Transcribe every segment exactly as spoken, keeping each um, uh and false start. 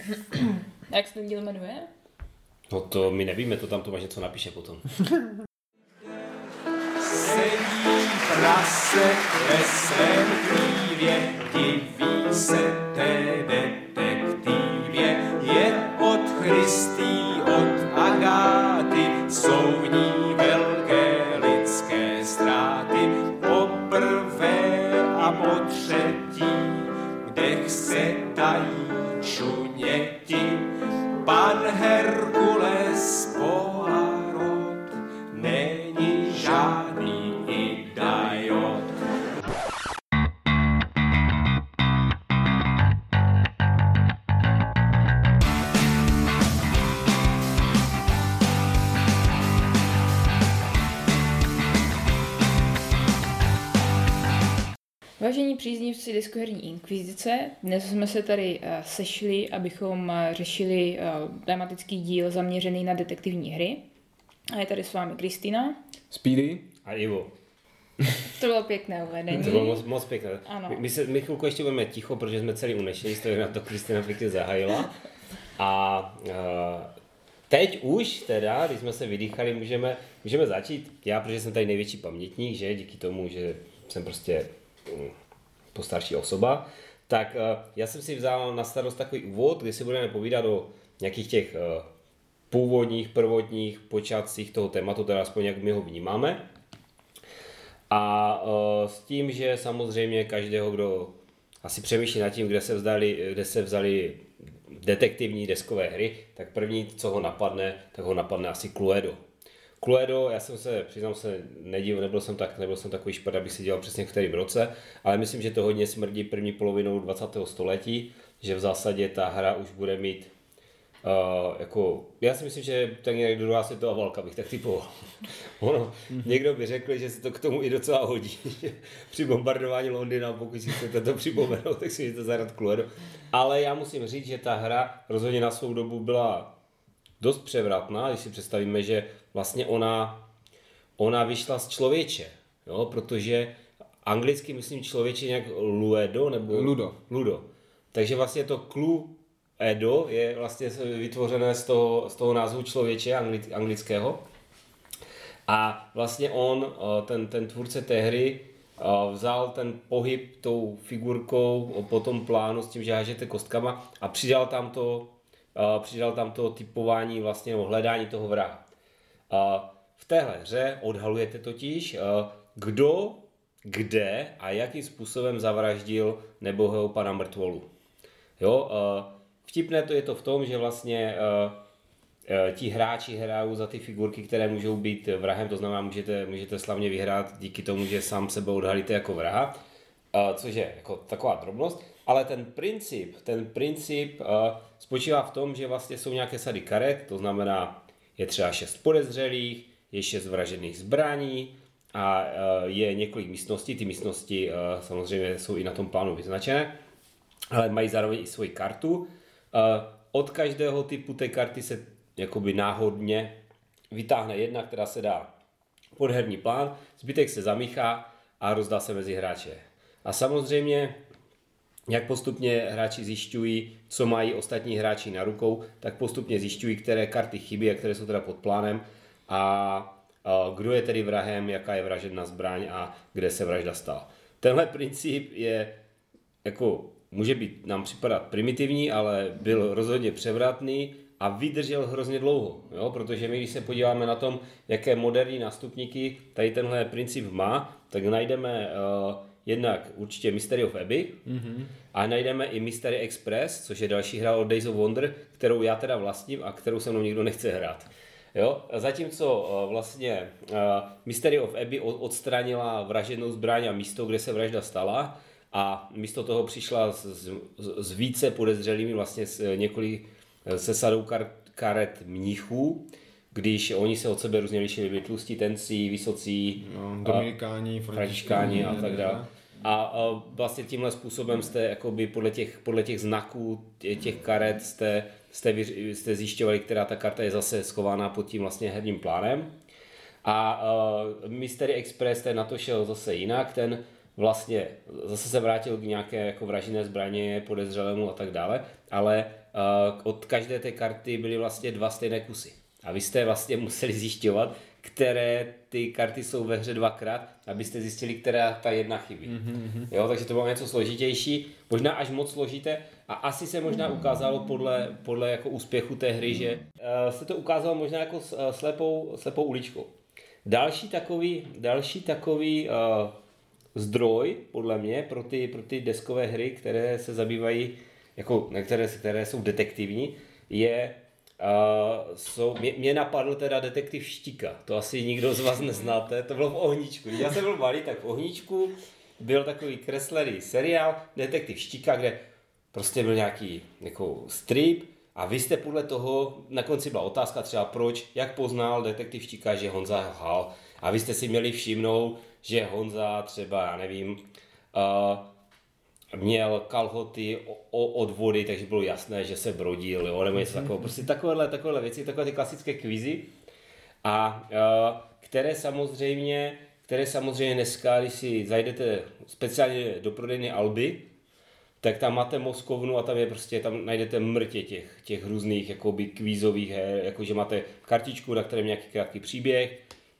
Jak se ten díl jmenuje? No to my nevíme, to tam Tomáš něco napíše potom. Sedí prase ve svém klívě, diví se té detektivě. Je od Christý, od Agáty, jsou v ní velké lidské ztráty. Poprvé a potřetí, dech se tají čuněti. Pan Herkules Poirot není žádný idiot. Vážení příznivci deskoherní inkvizice, dnes jsme se tady uh, sešli, abychom uh, řešili uh, tematický díl zaměřený na detektivní hry. A je tady s vámi Kristýna. Speedy. A Ivo. To bylo pěkné uvedení. To bylo moc, moc pěkné. Ano. My, my, se, my chvilku ještě budeme ticho, protože jsme celý unešení, z toho na to Kristýna pěkně zahájila. A uh, teď už teda, když jsme se vydýchali, můžeme, můžeme začít. Já, protože jsem tady největší pamětník, že díky tomu, že jsem prostě um, postarší osoba, tak uh, já jsem si vzal na starost takový úvod, kde si budeme povídat o nějakých těch uh, původních, prvotních počátcích toho tématu, teda aspoň jak my ho vnímáme. A uh, s tím, že samozřejmě každého, kdo asi přemýšlí nad tím, kde se, vzdali, kde se vzali detektivní deskové hry, tak první, co ho napadne, tak ho napadne asi Cluedo. Cluedo, já jsem se, přiznám se, nedíval, nebyl jsem, tak, nebyl jsem takový špatný, abych si dělal přesně v kterém roce, ale myslím, že to hodně smrdí první polovinou dvacátého století, že v zásadě ta hra už bude mít Uh, jako, já si myslím, že tak nějak druhá světová válka bych tak typoval. Ono, mm-hmm. Někdo by řekl, že se to k tomu i docela hodí. Při bombardování Londýna, pokud si chcete to připomenout, tak si to zahrát Cluedo. Ale já musím říct, že ta hra rozhodně na svou dobu byla dost převratná, když si představíme, že vlastně ona, ona vyšla z člověče, jo? Protože anglicky myslím člověče nějak Luedo nebo Ludo. Ludo. Takže vlastně to Clue Edo je vlastně vytvořené z toho, z toho názvu člověče anglického. A vlastně on, ten, ten tvůrce té hry, vzal ten pohyb tou figurkou po tom plánu s tím, že hážete kostkama a přidal tam to, přidal tam to typování, vlastně no, hledání toho vraha. V téhle hře odhalujete totiž, kdo, kde a jakým způsobem zavraždil nebohého pana mrtvolu. Jo, vtipné to je to v tom, že vlastně uh, uh, ti hráči hrajou za ty figurky, které můžou být vrahem, to znamená, můžete, můžete slavně vyhrát díky tomu, že sám sebe odhalíte jako vraha, uh, což je jako taková drobnost, ale ten princip, ten princip uh, spočívá v tom, že vlastně jsou nějaké sady karet, to znamená, je třeba šest podezřelých, je šest vražených zbraní a uh, je několik místností, ty místnosti uh, samozřejmě jsou i na tom plánu vyznačené, ale mají zároveň i svoji kartu. Od každého typu té karty se jakoby náhodně vytáhne jedna, která se dá pod herní plán, zbytek se zamíchá a rozdá se mezi hráče. A samozřejmě, jak postupně hráči zjišťují, co mají ostatní hráči na rukou, tak postupně zjišťují, které karty chybí a které jsou teda pod plánem a, a kdo je tedy vrahem, jaká je vražedná zbraň a kde se vražda stala. Tenhle princip je jako může být nám připadat primitivní, ale byl rozhodně převratný a vydržel hrozně dlouho, jo? Protože my, když se podíváme na tom, jaké moderní nástupníky tady tenhle princip má, tak najdeme uh, jednak určitě Mystery of Abbey mm-hmm. a najdeme i Mystery Express, což je další hra od Days of Wonder, kterou já teda vlastním a kterou se mnou nikdo nechce hrát. Jo? Zatímco uh, vlastně uh, Mystery of Abbey odstranila vražednou zbraň a místo, kde se vražda stala, a místo toho přišla s, s, s více podezřelými, vlastně s několik, se sadou kar, karet mnichů, když oni se od sebe různě lišili, byli tlustí, tencí, vysocí, no, dominikáni, františkáni a tak dále. A, a vlastně tímhle způsobem jste jakoby podle těch, podle těch znaků těch karet jste, jste, jste zjišťovali, která ta karta je zase schovaná pod tím vlastně herním plánem. A uh, Mystery Express ten na to šel zase jinak, ten vlastně zase se vrátil k nějaké jako vražené zbraně, podezřelému a tak dále, ale uh, od každé té karty byly vlastně dva stejné kusy. A vy jste vlastně museli zjišťovat, které ty karty jsou ve hře dvakrát, abyste zjistili, která ta jedna chybí. Mm-hmm. Jo, takže to bylo něco složitější, možná až moc složité a asi se možná ukázalo podle, podle jako úspěchu té hry, že uh, se to ukázalo možná jako uh, slepou, slepou uličkou. Další takový, další takový uh, zdroj, podle mě, pro ty, pro ty deskové hry, které se zabývají, jako některé, které jsou detektivní, je Uh, jsou, mě, mě napadl teda Detektiv Štika, to asi nikdo z vás neznáte, to bylo v Ohníčku. Když já jsem byl malý, tak v Ohníčku byl takový kreslený seriál Detektiv Štika, kde prostě byl nějaký jako strip a vy jste podle toho, na konci byla otázka třeba proč, jak poznal Detektiv Štika, že Honza lhal a vy jste si měli všimnout, že Honza třeba, já nevím, uh, měl kalhoty od vody, takže bylo jasné, že se brodil, jo, nebo něco takového. Prostě takovéhle, takovéhle věci, takové ty klasické kvízy, a uh, které samozřejmě, které samozřejmě dneska, když si zajdete speciálně do prodejny Alby, tak tam máte mozkovnu a tam je prostě, tam najdete mrtě těch, těch různých jakoby kvízových her, jakože máte kartičku, na kterém nějaký krátký příběh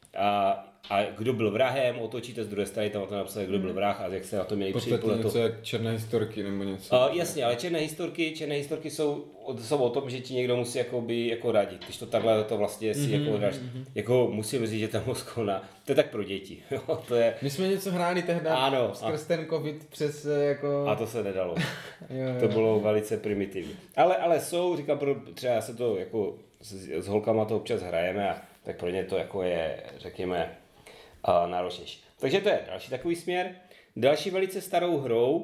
a A kdo byl vrahem, otočíte z druhé strany, tam to napsali, kdo byl vrah a jak se na to měli přijít. Podstatně něco jak černé historky nebo něco. Uh, jasně, ale černé historky, černé historky jsou, jsou o tom, že ti někdo musí jakoby, jako radit. Když to takhle to vlastně si mm-hmm, jako dáš, mm-hmm. jako musím říct, že ta mozkovna, to je tak pro děti. Jo, to je... My jsme něco hráli tehdy ano, skrz ten covid přes jako... A to se nedalo. jo, jo. To bylo velice primitivní. Ale, ale jsou, říkám, pro, třeba se to jako s, s holkama to občas hrajeme a tak pro ně to jako je, řekněme, Uh, náročnější. Takže to je další takový směr. Další velice starou hrou,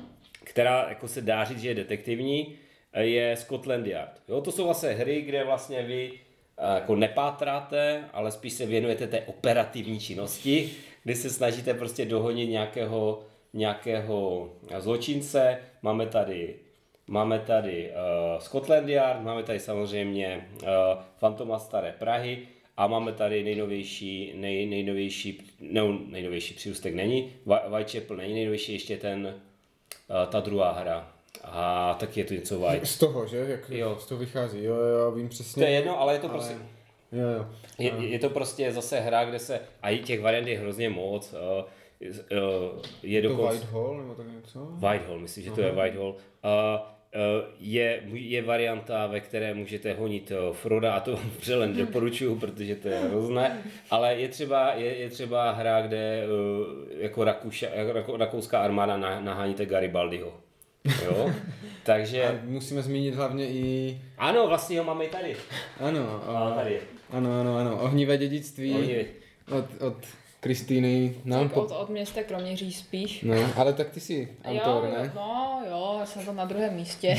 která jako se dá říct, že je detektivní, je Scotland Yard. Jo, to jsou vlastně hry, kde vlastně vy uh, jako nepátráte, ale spíš se věnujete té operativní činnosti, kdy se snažíte prostě dohonit nějakého, nějakého zločince. Máme tady, máme tady uh, Scotland Yard, máme tady samozřejmě uh, Fantoma Staré Prahy, a máme tady nejnovější, nej, nejnovější, no, nejnovější přírůstek není, Whitechapel není nejnovější, ještě ten, uh, ta druhá hra. A taky je to něco White. Z toho, že? Jak jo. Z toho vychází, jo, jo, vím přesně. To je jedno, ale je to ale... prostě... Jo, jo. Je, je to prostě zase hra, kde se, a i těch variant je hrozně moc, uh, uh, je to dokonce... Whitehall nebo tak něco? Whitehall, myslím, že to je Whitehall. Uh, Je, je varianta, ve které můžete honit Froda a to vám vřelen doporučuju, protože to je hrozné, ale je třeba, je, je třeba hra, kde jako Rakuša, jako rakouská armáda naháníte Garibaldiho. Jo? Takže... A musíme zmínit hlavně i... Ano, vlastně ho máme i tady. Ano, a tady. Ano, ano, ano, ohnivé dědictví Ohnivé. od, od Kristýny. Nám tak po... od, od města Kroměříž spíš. No, ale tak ty jsi autor, jo, ne? No jo, já jsem tam na druhém místě.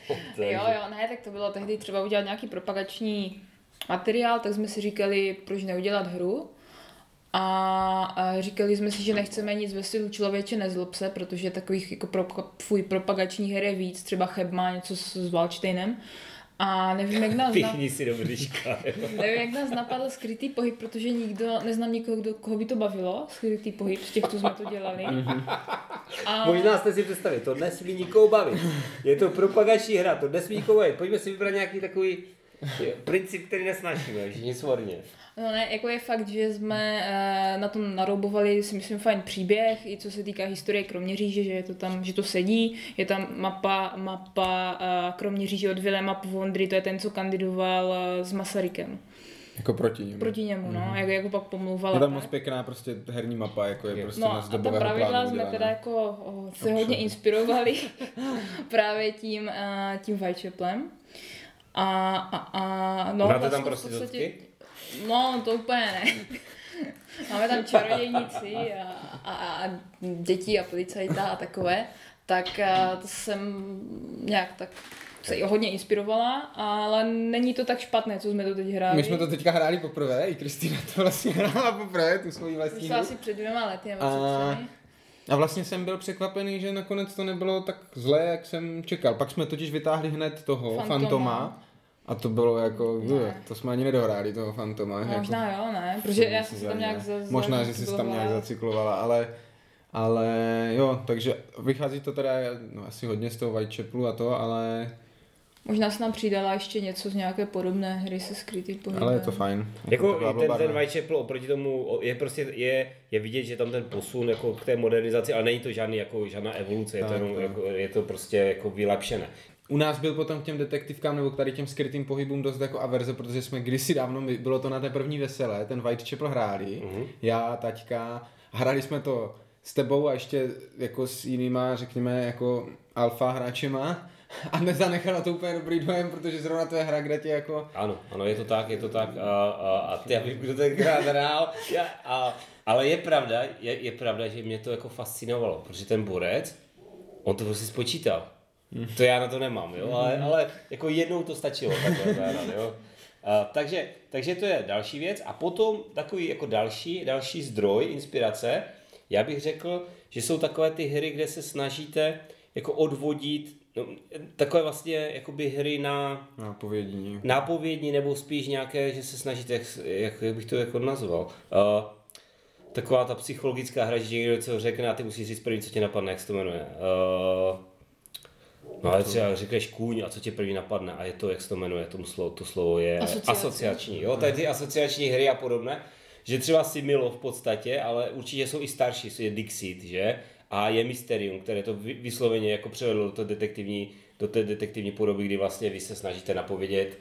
jo, jo, ne, tak to bylo tehdy třeba udělat nějaký propagační materiál, tak jsme si říkali, proč neudělat hru. A, a říkali jsme si, že nechceme nic ve stylu Člověče nezlob se, protože takových jako pro, fuj, propagačních her je víc, třeba Cheb má něco s, s Waldsteinem. A nevím, jak nás, Píchni si do břiška, nevím, jak nás napadl skrytý pohyb, protože nikdo, neznám nikoho, kdo, koho by to bavilo, skrytý pohyb, z těch, co jsme to dělali. A... Možná jste si představili, to nesmí nikoho bavit. Je to propagační hra, to nesmí nikoho bavit. Pojďme si vybrat nějaký takový princip, který nesnášíme, že nic svorně. No ne, jako je fakt, že jsme e, na tom naroubovali, si myslím, fajn příběh, i co se týká historie Kroměříže, že je to tam, že to sedí, je tam mapa, mapa e, Kroměříže od Viléma Vondry, to je ten, co kandidoval e, s Masarykem. Jako proti němu. Proti němu, no, mm-hmm. jak, jako pak pomlouvala. Je tam moc pěkná prostě herní mapa, jako je prostě no, na zdobového plánu. No a ta pravidla jsme udělaná. teda jako o, se hodně inspirovali právě tím, uh, tím Whitechapelem. A, a, a no, máte vlastně tam prostě podstatě, no, to úplně ne. Máme tam čarodějnici a, a, a děti a policajta a takové. Tak a, to jsem nějak tak se i hodně inspirovala, ale není to tak špatné, co jsme to teď hráli. My jsme to teďka hráli poprvé, i Kristýna to vlastně hrála poprvé, tu svoji vlastní. Vyšla asi před dvěma lety, nebo a... a vlastně jsem byl překvapený, že nakonec to nebylo tak zlé, jak jsem čekal. Pak jsme totiž vytáhli hned toho Fantoma. Fantoma a to bylo jako, ne. to jsme ani nedohráli toho Fantoma. Možná jako, jo, ne, protože já jsem si tam nějak za, za, Možná, že jsi tam nějak zacyklovala, ale ale jo, takže vychází to teda no, asi hodně z toho Whitechapelu a to, ale Možná se nám přidala ještě něco z nějaké podobné hry se skrytým pohybem. Ale je to fajn. Jako ten, ten Whitechapel oproti tomu je prostě je, je vidět, že tam ten posun jako k té modernizaci, ale není to žádný jako žádná evoluce, je to, jenom, jako, je to prostě jako vylepšené. U nás byl potom k těm detektivkám nebo k tady těm skrytým pohybům dost jako averze, protože jsme kdysi dávno, bylo to na té první veselé, ten Whitechapel hráli, mm-hmm. já, taťka, hráli jsme to s tebou a ještě jako s jinýma, řekněme, jako alfa hráčema a nezanechala to úplně dobrý dojem, protože zrovna to je hra, kde tě jako... Ano, ano, je to tak, je to tak a, a, a ty, já vím, kdo tenkrát hrál, já, a, ale je pravda, je, je pravda, že mě to jako fascinovalo, protože ten borec, on to prostě spočítal. To já na to nemám, jo, ale, ale jako jednou to stačilo takhle zároveň, jo. A, takže, takže to je další věc a potom takový jako další, další zdroj inspirace, já bych řekl, že jsou takové ty hry, kde se snažíte jako odvodit, no, takové vlastně jakoby hry na nápovědní. nápovědní nebo spíš nějaké, že se snažíte, jak, jak, jak bych to jako nazval, uh, taková ta psychologická hra, že někdo něco řekne a ty musíš říct první, co tě napadne, jak se to jmenuje. Uh, No ale třeba řekneš kůň a co tě první napadne a je to, jak se to jmenuje, tomu slovo, to slovo je Asociace. asociační, jo, tady ty asociační hry a podobné, že třeba Similo v podstatě, ale určitě jsou i starší, je Dixit, že, a je Mysterium, které to vysloveně jako převedlo do té detektivní, do té detektivní podoby, kdy vlastně vy se snažíte napovědět,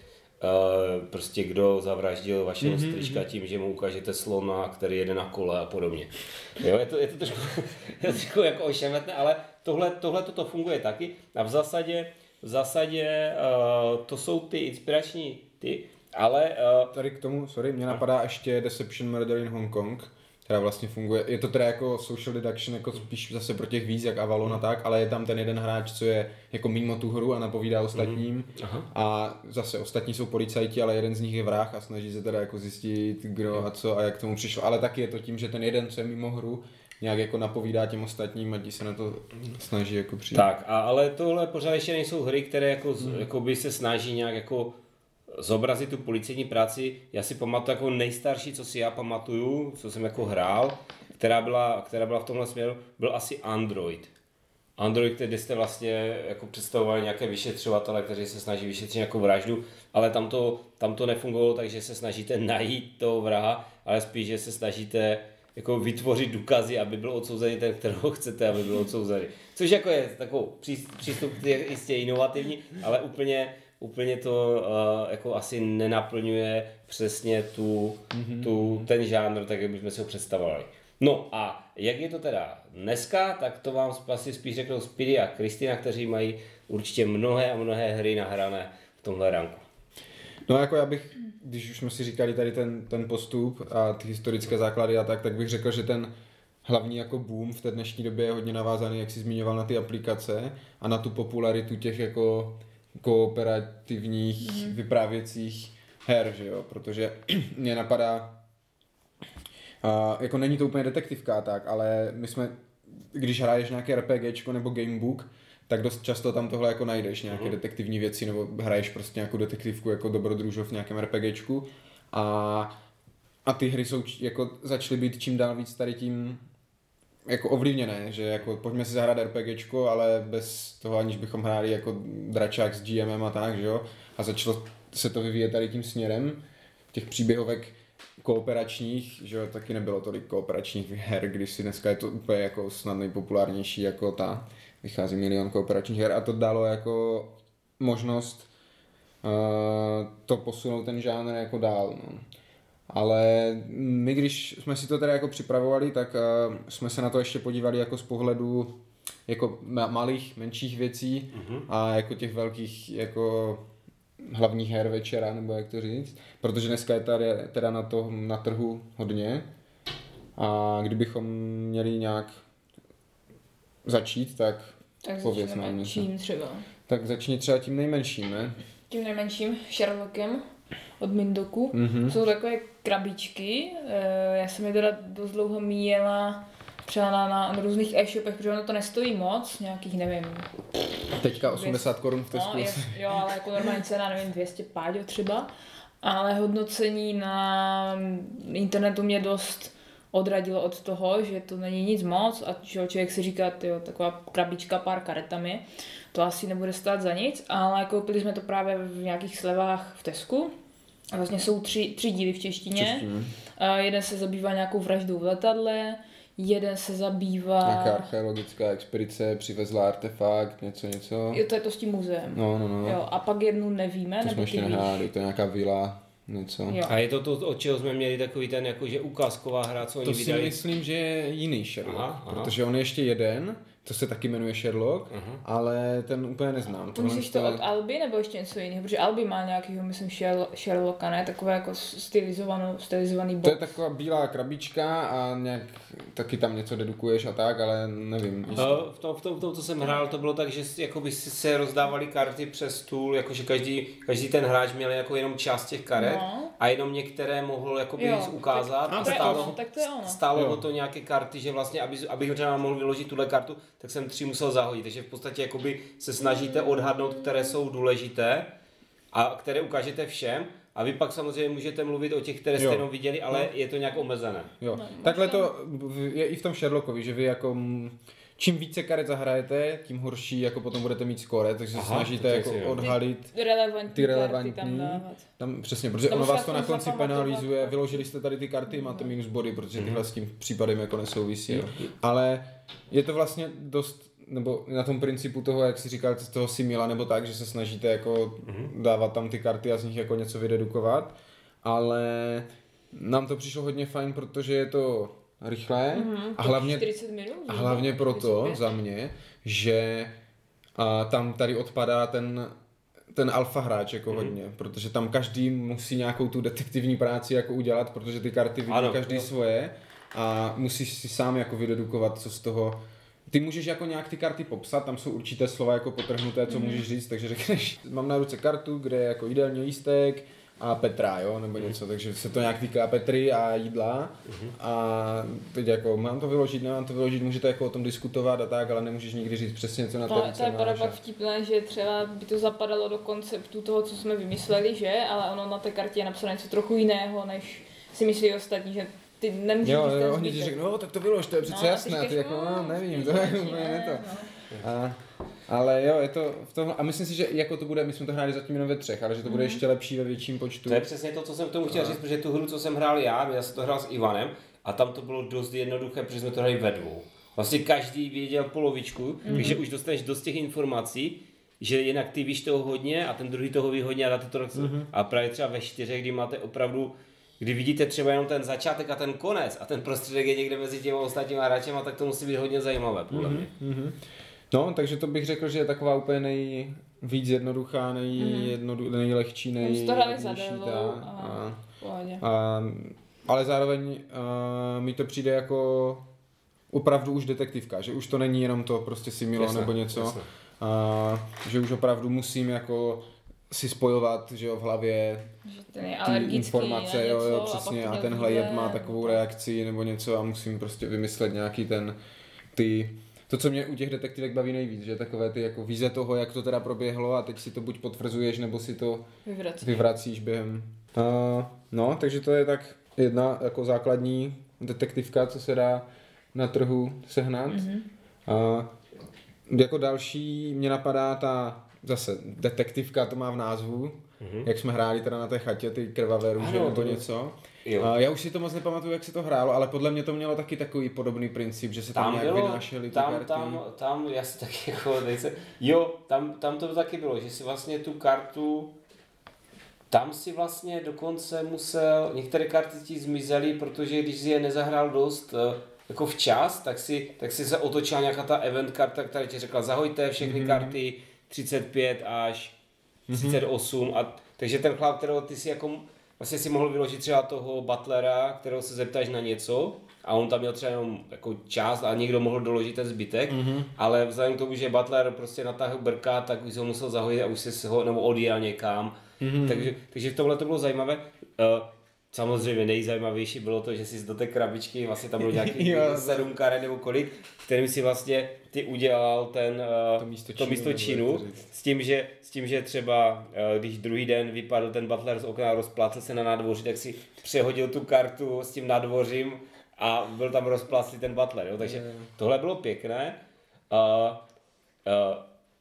Uh, prostě kdo zavraždil vašeho mm-hmm. strýčka tím, že mu ukážete slona, který jede na kole a podobně. Jo, je to, je to trošku, je to trošku jako ošemetné, ale tohle, tohle toto funguje taky a v zásadě, v zásadě uh, to jsou ty inspirační ty, ale... Uh, Tady k tomu, sorry, mě napadá ještě Deception Murder in Hong Kong, která vlastně funguje, je to teda jako social deduction, jako spíš zase pro těch víc, jak Avalon a tak, ale je tam ten jeden hráč, co je jako mimo tu hru a napovídá ostatním mm-hmm. a zase ostatní jsou policajti, ale jeden z nich je vrah a snaží se teda jako zjistit, kdo a co a jak k tomu přišlo, ale taky je to tím, že ten jeden, co je mimo hru, nějak jako napovídá těm ostatním a ti se na to snaží jako přijít. Tak, a, ale tohle pořád ještě nejsou hry, které jako, mm. jako by se snaží nějak jako zobrazit tu policejní práci. Já si pamatuju jako nejstarší, co si já pamatuju, co jsem jako hrál, která byla, která byla v tomhle směru, byl asi Android. Android, kde jste vlastně jako představovali nějaké vyšetřovatele, kteří se snaží vyšetřit nějakou vraždu, ale tam to, tam to nefungovalo, takže se snažíte najít toho vraha, ale spíš, že se snažíte jako vytvořit důkazy, aby byl odsouzený ten, kterého chcete, aby byl odsouzený. Což jako je takový přístup, je jistě inovativní, ale úplně Úplně to uh, jako asi nenaplňuje přesně tu, mm-hmm. tu, ten žánr, tak jak bychom si ho představovali. No a jak je to teda dneska, tak to vám asi spíš řeknou Speedy a Kristina, kteří mají určitě mnohé a mnohé hry nahrané v tomhle ranku. No jako já bych, když už jsme si říkali tady ten, ten postup a ty historické základy a tak, tak bych řekl, že ten hlavní jako boom v té dnešní době je hodně navázaný, jak jsi zmiňoval, na ty aplikace a na tu popularitu těch jako kooperativních mm. vyprávěcích her, že jo, protože mě napadá, uh, jako není to úplně detektivka tak, ale my jsme, když hraješ nějaké RPGčko nebo gamebook, tak dost často tam tohle jako najdeš, nějaké mm. detektivní věci, nebo hraješ prostě nějakou detektivku jako dobrodružov v nějakém RPGčku a, a ty hry jsou jako začaly být čím dál víc tady tím jako ovlivněné, že jako pojďme si zahrát RPGčko, ale bez toho, aniž bychom hráli jako dračák s G M M a tak, že jo, a začalo se to vyvíjet tady tím směrem, těch příběhovek kooperačních, že jo, taky nebylo tolik kooperačních her, když si dneska je to úplně jako snad nejpopulárnější jako ta, vychází milion kooperačních her a to dalo jako možnost uh, to posunout ten žánr jako dál, no. Ale my, když jsme si to teda jako připravovali, tak uh, jsme se na to ještě podívali jako z pohledu jako malých, menších věcí mm-hmm. a jako těch velkých jako hlavních her večera, nebo jak to říct, protože dneska je tady teda na to na trhu hodně a kdybychom měli nějak začít, tak, tak pověz nám něco. Třeba. Tak začni třeba tím nejmenším, ne? Tím nejmenším, Sherlockem od Mindoku. Mm-hmm. Jsou takové krabičky, já jsem je teda dost dlouho míjela třeba na, na, na různých e-shopech, protože ono to nestojí moc, nějakých, nevím... Teďka osmdesát korun v Tesku. No, je, jo, ale jako normální cena, nevím, dvě stě páďo třeba, ale hodnocení na internetu mě dost odradilo od toho, že to není nic moc a že člověk si říká, tyjo, taková krabička pár karetami, to asi nebude stát za nic, ale koupili jsme to právě v nějakých slevách v Tesku. A vlastně jsou tři, tři díly v češtině. češtině. A jeden se zabývá nějakou vraždou v letadle, jeden se zabývá... Nějaká archeologická expedice, přivezla artefakt, něco, něco. Jo, to je to s tím muzeem. No, no, no. Jo, a pak jednu nevíme, to nebo jsme ještě nehráli, to je nějaká vila, něco. Jo. A je to to, od čeho jsme měli takový ten jakože ukázková hra, co to oni vydali? To si myslím, že je jiný Sherlock, aha, aha. protože on je ještě jeden, to se taky jmenuje Sherlock, uh-huh. ale ten úplně neznám. To myslíš to od Alby nebo ještě něco jiného? Protože Alby má nějakýho, myslím, Sherlocka, ne? Takové jako stylizovaný box. To je taková bílá krabička a nějak taky tam něco dedukuješ a tak, ale nevím. No, v tom, v tom, v tom, co jsem hrál, to bylo tak, že jakoby se rozdávali karty přes stůl, jakože každý, každý ten hráč měl jako jenom část těch karet no. a jenom některé mohl jakoby jo, ukázat tak, a stálo, ono, tak to je ono. stálo ho to nějaké karty, že vlastně, aby, abych třeba mohl vyložit tuhle kartu, tak jsem tři musel zahodit, takže v podstatě jakoby se snažíte odhadnout, které jsou důležité a které ukážete všem a vy pak samozřejmě můžete mluvit o těch, které jste jo. jenom viděli, ale no. je to nějak omezené. Jo. No, takhle to je i v tom Sherlockovi, že vy jako čím více karet zahrajete, tím horší jako potom budete mít skóre, takže se snažíte jako odhalit ty relevantní, ty relevantní tam dávat. Tam přesně, protože ono vás to na konci penalizuje, vyložili jste tady ty karty, máte minus body, protože tyhle s tím případem jako nesouvisí. Jo. Ale je to vlastně dost, nebo na tom principu toho, jak si říkal, z toho simila nebo tak, že se snažíte jako dávat tam ty karty a z nich jako něco vydedukovat, ale nám to přišlo hodně fajn, protože je to rychlé mm-hmm, a hlavně, čtyřicet minut, a hlavně proto za mě, že a tam tady odpadá ten, ten alfa hráč jako mm-hmm. hodně, protože tam každý musí nějakou tu detektivní práci jako udělat, protože ty karty vidí ano, každý jo. svoje a musíš si sám jako vydedukovat, co z toho. Ty můžeš jako nějak ty karty popsat, tam jsou určité slova jako potrhnuté, co mm-hmm. můžeš říct, takže řekneš, mám na ruce kartu, kde je jako jídelní lístek a Petra, jo, nebo něco, takže se to nějak týká Petry a jídla uh-huh. a teď jako mám to vyložit, nemám to vyložit, můžete jako o tom diskutovat a tak, ale nemůžeš nikdy říct přesně, co na té ruce máš. To je pak vtipné, že třeba by to zapadalo do konceptu toho, co jsme vymysleli, že, ale ono na té kartě je napsané něco trochu jiného, než si myslí ostatní, že ty nemůžeš jo, říct jo, oni ti řeknou, no tak to vylož, to je přece no, jasné, a ty, ty jako, no, nevím, to je úplně ne to. A, ale jo, je to v tom, a myslím si, že jako to bude, my jsme to hráli zatím jenom ve třech, ale že to bude ještě lepší ve větším počtu. To je přesně to, co jsem k tomu chtěl říct, protože tu hru, co jsem hrál já, já jsem to hrál s Ivanem a tam to bylo dost jednoduché, protože jsme to hráli ve dvou. Vlastně každý věděl polovičku, mm-hmm. takže už dostaneš dost těch informací, že jinak ty víš toho hodně a ten druhý toho ví hodně a dáte to mm-hmm. a právě třeba ve čtyřech, kdy máte opravdu, kdy vidíte třeba jenom ten začátek a ten konec a ten prostředek je někde mezi těmi ostatními hráčemi, tak to musí být hodně zajímavé, podle mě. Mm-hmm. No, takže to bych řekl, že je taková úplně nejvíc jednoduchá, nej, mm. nejlehčí, nejjednější. A, a, a, ale zároveň a, mi to přijde jako opravdu už detektivka, že už to není jenom to prostě similo jasne, nebo něco, jasne. A, že už opravdu musím jako si spojovat, že jo, v hlavě ty informace, jo, jo, přesně, a, a tenhle jed má takovou reakci nebo něco a musím prostě vymyslet nějaký ten, ty to, co mě u těch detektivek baví nejvíc, že takové ty jako vize toho, jak to teda proběhlo a teď si to buď potvrzuješ, nebo si to vyvracíš, vyvracíš během. Uh, no, takže to je tak jedna jako základní detektivka, co se dá na trhu sehnat. Mm-hmm. Uh, jako další mě napadá ta zase detektivka, to má v názvu, mm-hmm. jak jsme hráli teda na té chatě, ty krvavé růže nebo něco. Jo. Já už si to moc nepamatuju, jak se to hrálo, ale podle mě to mělo taky takový podobný princip, že se tam, tam nějak bylo, vynášely ty tam, karty. Tam, tam, já si taky jako, se, jo, tam, tam to taky bylo, že si vlastně tu kartu, tam si vlastně dokonce musel, některé karty ti zmizely, protože když si je nezahrál dost jako včas, tak si, tak si se otočila nějaká ta event karta, která ti řekla, zahojte všechny mm-hmm. karty třicet pět až třicet osm, a, takže ten chlap, kterého ty si jako vlastně si mohl vyložit třeba toho butlera, kterého se zeptáš na něco a on tam měl třeba jenom jako část a někdo mohl doložit ten zbytek, mm-hmm. ale vzhledem k tomu, že butler prostě natáhl brka, tak už ho musel zahojit a už se ho nebo odjel někam. Mm-hmm. Takže, takže v tomhle to bylo zajímavé. Uh, samozřejmě nejzajímavější bylo to, že si do té krabičky, vlastně tam bylo nějaký sedm karet nebo kolik, kterým si vlastně ty udělal ten, uh, to místo to místo činu, s tím, že, s tím, že třeba uh, když druhý den vypadl ten butler z okna a rozplácel se na nádvoří, tak si přehodil tu kartu s tím nádvořím a byl tam rozpláclý ten butler, jo? Takže tohle bylo pěkné. Uh, uh,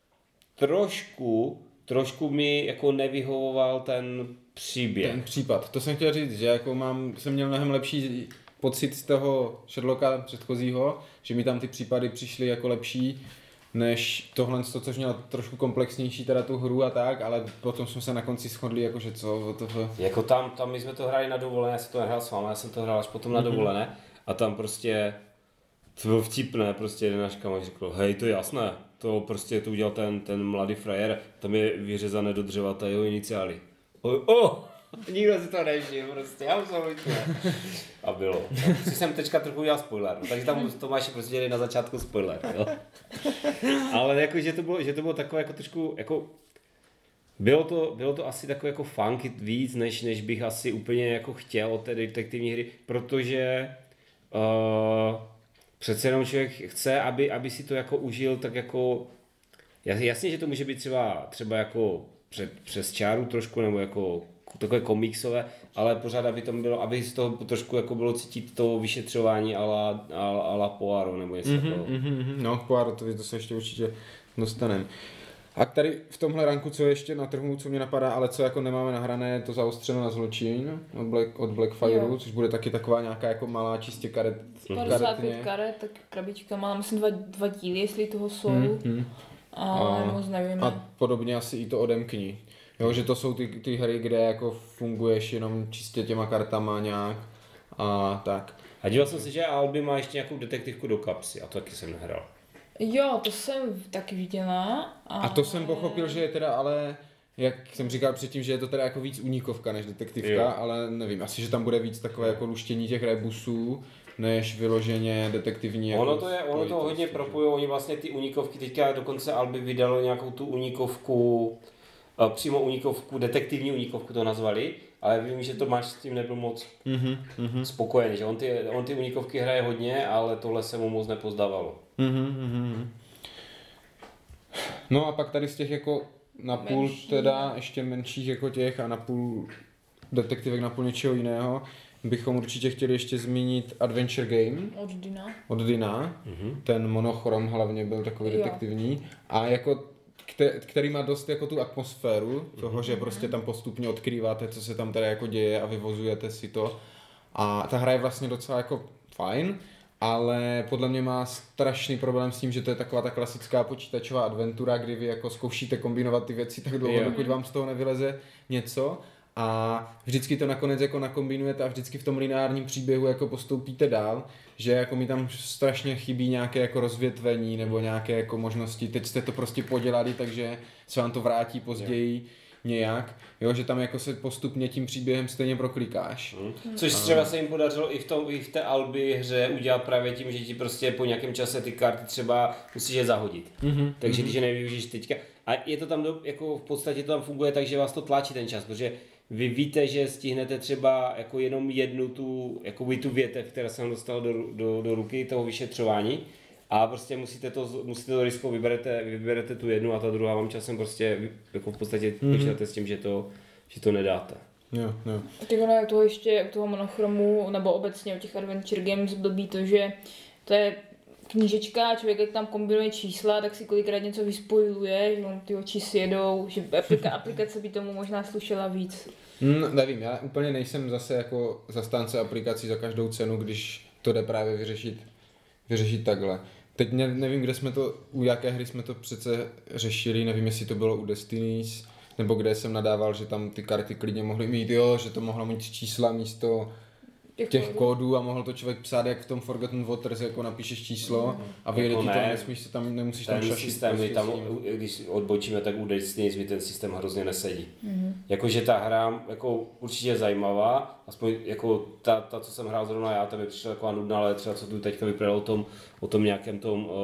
trošku, trošku mi jako nevyhovoval ten příběh. Ten případ, to jsem chtěl říct, že jako mám, jsem měl mnohem lepší pocit z toho Sherlocka předchozího, že mi tam ty případy přišly jako lepší, než tohle, což mělo trošku komplexnější teda tu hru a tak, ale potom jsme se na konci shodli, jakože co, to... Jako tam, tam my jsme to hráli na dovolené, já jsem to nehrál s vámi, já jsem to hrál až potom na dovolené a tam prostě to bylo vtipné, prostě jeden náš kamarád řekl, hej, to je jasné, to prostě to udělal ten, ten mladý frajer, tam je vyřezané do dřeva ta jeho iniciály. Oh, oh, nikdo si to nevšiml, prostě, já už jsem a bylo. Si jsem teďka trochu udělal spoiler, no, takže tam Tomáši prostě dělali na začátku spoiler, jo. Ale jako, že to bylo, že to bylo takové jako trošku, jako bylo to, bylo to asi takové jako funky víc, než, než bych asi úplně jako chtěl od té detektivní hry, protože uh, přece jenom člověk chce, aby, aby si to jako užil tak jako, jasně, že to může být třeba, třeba jako před, přes čáru trošku, nebo jako takové komiksové, ale pořád, aby tam bylo, aby z toho trošku jako bylo cítit to vyšetřování a la, a, a la Poirot, nebo něco mm-hmm, takového. Mm-hmm, no, Poirot, to, to se ještě určitě dostaneme. A tady v tomhle ranku, co ještě na trhu, co mě napadá, ale co jako nemáme nahrané, je to Zaostřeno na zločin od, Black, od Blackfireu, což bude taky taková nějaká jako malá čistě karet, padesát pět karet, tak krabička má, myslím dva, dva díly, jestli toho jsou, mm-hmm. ale a, moc nevíme. A podobně asi i to Odemkni. Jo, že to jsou ty, ty hry, kde jako funguješ jenom čistě těma kartama nějak a tak. A díval jsem si, že Albi má ještě nějakou detektivku do kapsy a to taky jsem nehrál. Jo, to jsem taky viděla. Ale... A to jsem pochopil, že je teda ale, jak jsem říkal předtím, že je to teda jako víc únikovka než detektivka, jo. Ale nevím, asi, že tam bude víc takové jako luštění těch rebusů, než vyloženě detektivní. Ono jako to je, ono to hodně propojují, oni vlastně ty únikovky, teďka dokonce Albi vydalo nějakou tu únikovku, přímo únikovku, detektivní únikovku to nazvali, ale vím, že Tomáš s tím nebyl moc mm-hmm, mm-hmm. spokojený, že on ty, on ty únikovky hraje hodně, ale tohle se mu moc nepozdávalo. Mm-hmm. No a pak tady z těch jako napůl menší. Teda ještě menších jako těch a napůl detektivek, napůl něčeho jiného, bychom určitě chtěli ještě zmínit Adventure Game. Od Dina. Od Dina. Mm-hmm. Ten monochrom hlavně byl takový jo. detektivní a jako který má dost jako tu atmosféru toho, že prostě tam postupně odkrýváte, co se tam teda jako děje a vyvozujete si to. A ta hra je vlastně docela jako fajn, ale podle mě má strašný problém s tím, že to je taková ta klasická počítačová adventura, kdy vy jako zkoušíte kombinovat ty věci tak dlouho, dokud vám z toho nevyleze něco. A vždycky to nakonec jako nakombinujete a vždycky v tom lineárním příběhu jako postoupíte dál, že jako mi tam strašně chybí nějaké jako rozvětvení nebo nějaké jako možnosti, teď jste to prostě podělali, takže se vám to vrátí později jo. nějak, jo, že tam jako se postupně tím příběhem stejně proklikáš. Hmm. Což třeba se jim podařilo i v, tom, i v té Albi hře udělat právě tím, že ti prostě po nějakém čase ty karty třeba musíš je zahodit. Mm-hmm. Takže mm-hmm. když je nevyužiješ teďka. A je to tam do, jako v podstatě to tam funguje tak, že vás to tlačí ten čas, protože vy víte, že stihnete třeba jako jenom jednu tu, jako tu větev, která se vám dostala do, do, do ruky toho vyšetřování a prostě musíte to, musíte to riskovat, vyberete, vyberete tu jednu a ta druhá vám časem prostě jako v podstatě mm-hmm. počítáte s tím, že to, že to nedáte. Jo, jo. Tak ono je toho ještě u toho monochromu, nebo obecně u těch Adventure Games blbý to, že to je knížečka, člověk jak tam kombinuje čísla, tak si kolikrát něco vyspojuje, že on ty oči si jedou, že aplika, aplikace by tomu možná slušela víc. Hmm, nevím, já úplně nejsem zase jako zastánce aplikací za každou cenu, když to jde právě vyřešit, vyřešit takhle. Teď ne, nevím, kde jsme to, u jaké hry jsme to přece řešili, nevím, jestli to bylo u Destinies, nebo kde jsem nadával, že tam ty karty klidně mohly mít, jo, že to mohlo mít čísla místo těch, těch kódů a mohl to člověk psát, jak v tom Forgotten Waters, jako napíšeš číslo mm. a vyjede ti to, nesmíš se tam, nemusíš tam šašit. Systém, prostě tam, když odbočíme, tak u Destinies mi ten systém hrozně nesedí. Mm. Jakože ta hra jako určitě zajímavá, aspoň jako ta, ta, co jsem hrál zrovna já, ta mi přišla taková nudná, ale třeba co tu teďka vypadalo o tom, o tom nějakém tom uh,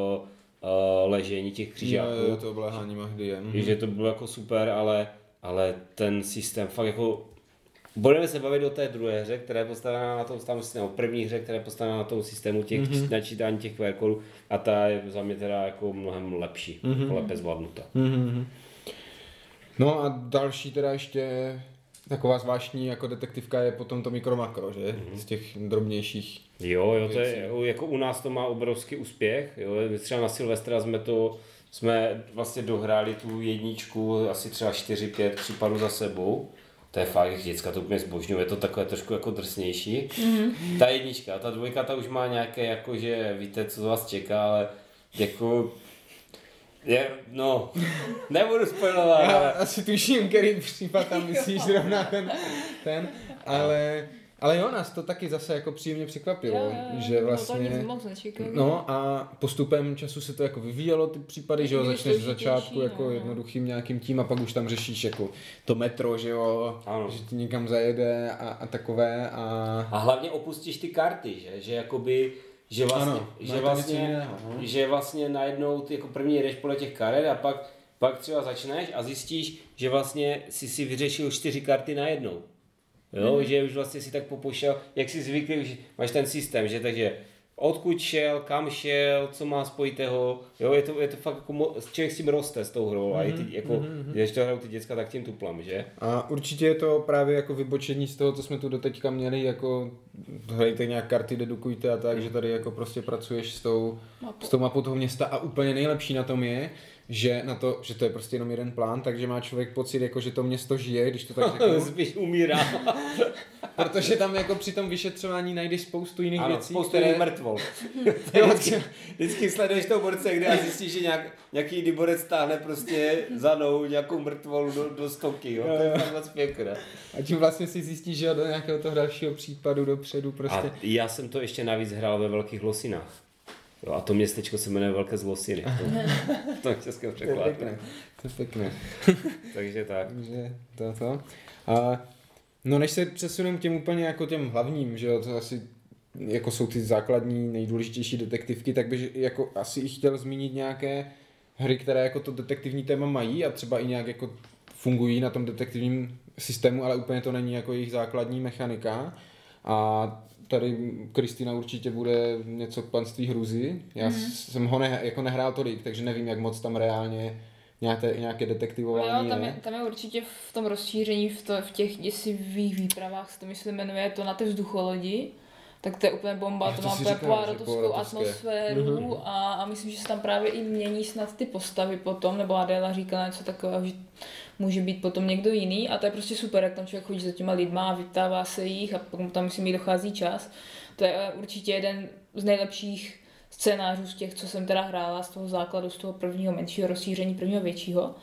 uh, ležení těch křižáků. Jo, jo, to obléhání Mahdi. Mm. Že to bylo jako super, ale, ale ten systém fakt jako budeme se bavit o té druhé hře, která je postavená na tom systému, první hře, která je postavená na tom systému těch mm-hmm. načítání těch Q R kódů a ta je za mě teda jako mnohem lepší, mm-hmm. lépe zvládnuta. Mm-hmm. No a další teda ještě Taková zvláštní jako detektivka je potom to mikro-makro, že? Mm-hmm. Z těch drobnějších. Jo, jo, to je, jako u nás to má obrovský úspěch, jo, třeba na Silvestra jsme to, jsme vlastně dohráli tu jedničku asi třeba čtyři pět případů za sebou. To je fakt, děcka to úplně zbožňuje, je to takové trošku jako drsnější. Mm-hmm. Ta jednička, ta dvojka, ta už má nějaké, jako že víte, co vás čeká, ale jako... Je, no, nebudu spoilovat, Já ale... asi tuším, který případ tam myslíš zrovna ten, ten, ale... Ale jo, nás to taky zase jako příjemně překvapilo, jo, jo, že vlastně, no, no a postupem času se to jako vyvíjelo ty případy, že jo, začneš v začátku jako no, jednoduchým nějakým tím a pak už tam řešíš jako to metro, že jo, ano. Že ti někam zajede a, a takové a... A hlavně opustíš ty karty, že, že jakoby, že vlastně, ano, že vlastně, jiného, no. že vlastně najednou ty jako první jdeš podle těch karet a pak, pak třeba začneš a zjistíš, že vlastně si si vyřešil čtyři karty najednou. Jo, mm. že už vlastně si tak popošel, jak si zvyklý, už máš ten systém, že takže odkud šel, kam šel, co má spojitého, jo, je to, je to fakt jako, člověk s tím roste s tou hrou mm. a i ty, jako, mm. když to hrajou ty děcka, tak tím tuplam, že? A určitě je to právě jako vybočení z toho, co jsme tu doteďka měli, jako hrajte nějak karty, dedukujte a tak, mm. že tady jako prostě pracuješ s tou, s tou mapou toho města a úplně nejlepší na tom je, že na to, že to je prostě jenom jeden plán, takže má člověk pocit, jako, že to město žije, když to tak řeknu. Spíš umírá. Protože tam jako při tom vyšetřování najdeš spoustu jiných ano, věcí, spoustu které... mrtvol. vždycky, vždycky sleduješ tou borce, kde a zjistíš, že nějak, nějaký dyborec táhne prostě za nou nějakou mrtvolu do, do stoky, jo? To je fakt moc pěkné. A tím vlastně si zjistíš, že do nějakého toho dalšího případu dopředu prostě. A já jsem to ještě navíc hrál ve Velkých Losinách. Jo, a to městečko se jmenuje Velké Zlosiny. To, to je české překladu. To je pěkné. To je pěkné. Takže tak. Takže to, to. A, no než se přesuneme k těm úplně jako těm hlavním, že jo, to asi jako jsou ty základní, nejdůležitější detektivky, tak bych jako asi i chtěl zmínit nějaké hry, které jako to detektivní téma mají a třeba i nějak jako fungují na tom detektivním systému, ale úplně to není jako jejich základní mechanika. A tady Kristýna určitě bude něco k Panství hruzy. Já mm. jsem ho ne, jako nehrál tolik, takže nevím, jak moc tam reálně nějaké, nějaké detektivování no jo, tam je. je. Tam je určitě v tom rozšíření, v, to, v těch děsivých výpravách, se to myslím jmenuje, to na té vzducholodi. Tak to je úplně bomba, to, to má úplně poárotovskou atmosféru mm-hmm. a, a myslím, že se tam právě i mění snad ty postavy potom, nebo Adéla říkala něco takového, že může být potom někdo jiný a to je prostě super, jak tam člověk chodí za těma lidma a vyptává se jich a potom tam myslím, dochází čas. To je určitě jeden z nejlepších scénářů z těch, co jsem teda hrála, z toho základu, z toho prvního menšího rozšíření, prvního většího.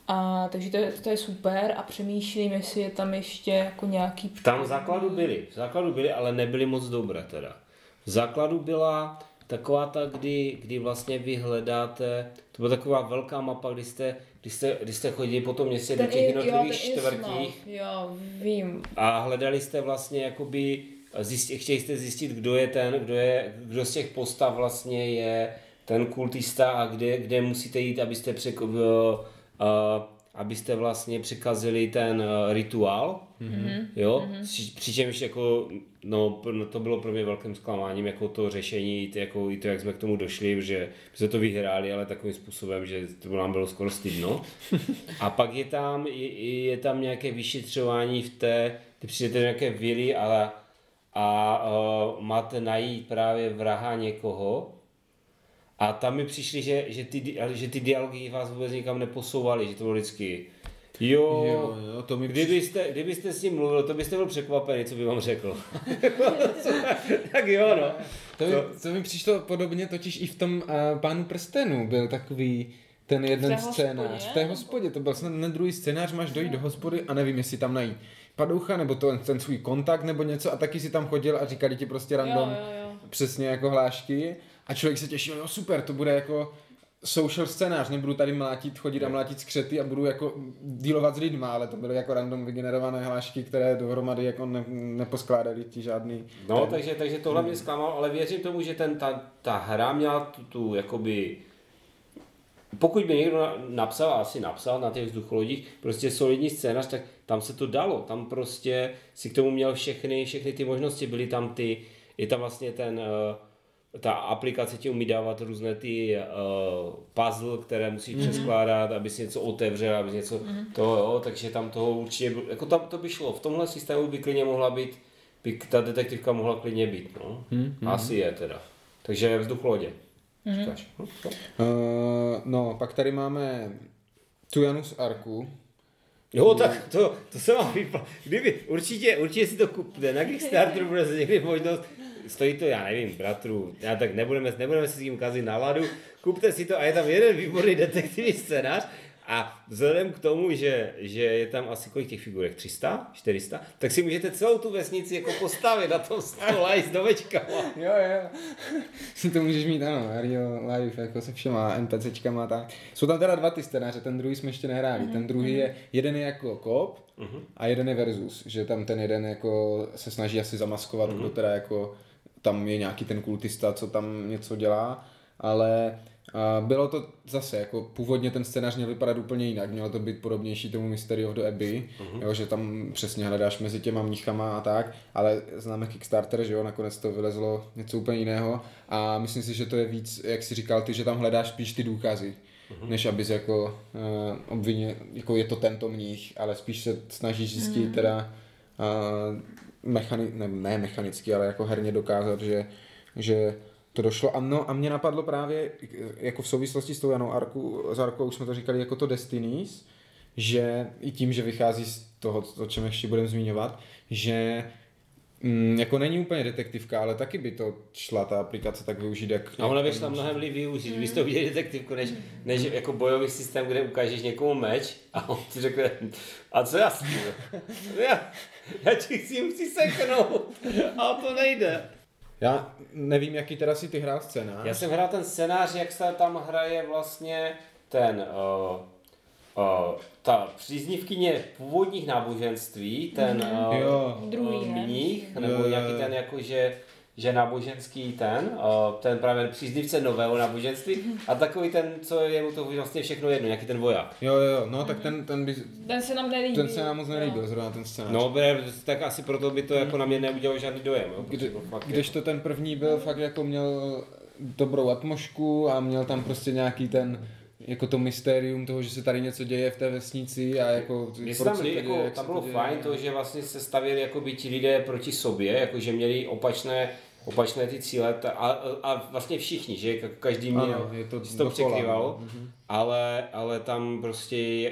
A takže to je, to je super a přemýšlím, jestli je tam ještě jako nějaký... Tam v základu byly, v základu byly, ale nebyly moc dobré teda. V základu byla taková ta, kdy, kdy vlastně vy hledáte, to byla taková velká mapa, kdy jste, kdy jste, kdy jste chodili po tom městě do těch jednotlivých čtvrtích. Jo, vím. A hledali jste vlastně jakoby, zjistit, chtěli jste zjistit, kdo je ten, kdo, je, kdo z těch postav vlastně je ten kultista a kde, kde musíte jít, abyste překopil, Uh, abyste vlastně překazili ten uh, rituál, mm-hmm. jo, mm-hmm. přičemž jako, no, to bylo pro mě velkým zklamáním, jako to řešení, i to, jako, i to, jak jsme k tomu došli, že jsme to vyhráli, ale takovým způsobem, že to nám bylo skoro stydno. A pak je tam, je, je tam nějaké vyšetřování v té, ty přijdete do nějaké vily a, a uh, máte najít právě vraha někoho. A tam mi přišli, že, že, ty, že ty dialogy vás vůbec nikam neposouvaly, že to bylo vždycky jo, jo, jo to mi kdybyste, přišli... kdybyste s ním mluvil, to byste byl překvapený, co by vám řekl. Tak jo, no. To mi, to mi přišlo podobně, totiž i v tom uh, Pánu prstenů byl takový ten jeden scénář. V té hospodě, to byl snad ten druhý scénář, máš dojít do hospody a nevím, jestli tam najít padoucha, nebo to, ten svůj kontakt, nebo něco a taky si tam chodil a říkali ti prostě random, jo, jo, jo. Přesně jako hlášky. A člověk se těšil, jo super, to bude jako social scénář, nebudu tady mlátit, chodit a mlátit skřety a budu jako dealovat s lidma, ale to byly jako random vygenerované hlášky, které dohromady jako ne, neposkládaly ti žádný... No, ten... takže, takže tohle mě zklamal, ale věřím tomu, že ten, ta, ta hra měla tu, tu jakoby... Pokud by někdo napsal, asi napsal na těch vzducholodích, prostě solidní scénář, tak tam se to dalo, tam prostě si k tomu měl všechny, všechny ty možnosti, byly tam ty, je tam vlastně ten... ta aplikace ti umí dávat různé ty uh, puzzle, které musíš mm-hmm. přeskládat, aby si něco otevřel, aby něco mm-hmm. toho, jo, takže tam toho určitě, jako tam to by šlo, v tomhle systému by klidně mohla být, by ta detektivka mohla klidně být, no, mm-hmm. asi je teda, takže vzduch lodě. Mm-hmm. Říkáš, no, uh, no, pak tady máme tu Janus Arku. Jo, tak to, to se vám vypla. Kdyby, určitě, určitě si to kupte, na Kickstarteru bude se někdy možnost, stojí to, já nevím, bratru, já tak nebudeme, nebudeme se s tím kazit náladu, kupte si to a je tam jeden výborný detektivní scénář a vzhledem k tomu, že, že je tam asi kolik těch figurek, tři sta, čtyři sta, tak si můžete celou tu vesnici jako postavit na tom stole s domečkama. Jo, jo, si to můžeš mít, ano, real life, jako se všema NPCčkama tak. Jsou tam teda dva ty scénáře, ten druhý jsme ještě nehráli, mm-hmm. ten druhý je, jeden je jako koop mm-hmm. a jeden je versus, že tam ten jeden jako se snaží asi zamaskovat, mm-hmm. kdo teda jako tam je nějaký ten kultista, co tam něco dělá, ale a bylo to zase, jako původně ten scénář měl vypadat úplně jinak, mělo to být podobnější tomu Mystery of the Abbey, uh-huh. jo, že tam přesně hledáš mezi těma mnichama a tak, ale známe Kickstarter, že jo, nakonec to vylezlo něco úplně jiného a myslím si, že to je víc, jak jsi říkal ty, že tam hledáš spíš ty důkazy, uh-huh. než abys jako uh, obvinil, jako je to tento mních, ale spíš se snažíš zjistit uh-huh. teda uh, mechani- ne, ne mechanicky, ale jako herně dokázat, že, že to došlo a, no, a mě napadlo právě jako v souvislosti s tou Janou Arku, s Arkou už jsme to říkali jako to Destinies, že i tím, že vychází z toho, o čem ještě budeme zmiňovat, že mm, jako není úplně detektivka, ale taky by to šla ta aplikace tak využít, jak... A ona věř tam mnohem líp využít, mm. bys to viděli detektivku, než, než jako bojový systém, kde ukážeš někomu meč a on ti řekne, a co já s tím? Já, já ti chci musí seknout, a to nejde. Já nevím, jaký teda si ty hrál scénář. Já jsem hrál ten scénář, jak se tam hraje vlastně ten, uh, uh, ta příznivkyně původních náboženství, ten uh, uh, mních, nebo jo, jaký ten jakože, že náboženský ten, uh, ten právě příznivce nového náboženství a takový ten, co je mu to vlastně všechno jedno, nějaký ten voják. Jo, jo, no tak ten, ten by... Ten se nám nelíbil. Ten se nám moc nelíbil, zrovna ten scénář. No, tak asi proto by to jako na mě neudělalo žádný dojem, jo. Kdy, když to ten první byl fakt jako měl dobrou atmosféru a měl tam prostě nějaký ten jako to mystérium toho, že se tady něco děje v té vesnici a jako... Tam, jako, tam bylo fajn to, že vlastně se stavěli jako by ti lidé proti sobě, jako že měli opačné opačné ty cíle a, a vlastně všichni, že každý měl, ano, je to, to překrývalo, mm-hmm. ale, ale tam prostě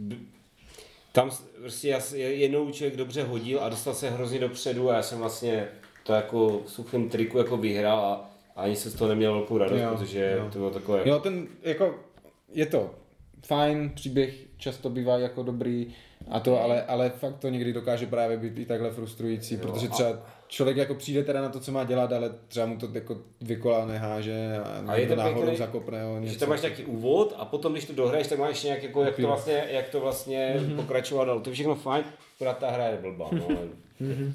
tam prostě jednou člověk dobře hodil a dostal se hrozně dopředu a já jsem vlastně to jako v suchém triku jako vyhrál a, a ani se z toho neměl velkou radost, jo, protože jo. to bylo takové... Jo, ten jako, je to fajn, příběh často bývá jako dobrý a to, ale, ale fakt to někdy dokáže právě být i takhle frustrující, jo, protože třeba člověk jako přijde teda na to, co má dělat, ale třeba mu to jako vykolá neháže a, a je to náhodou zakopne. Jo, že tam máš taky úvod a potom, když to dohraješ, tak máš nějak jako, jak to vlastně, jak to vlastně mm-hmm. pokračovat dál. To je všechno fajn, akorát ta hra je blbá. No, mm-hmm.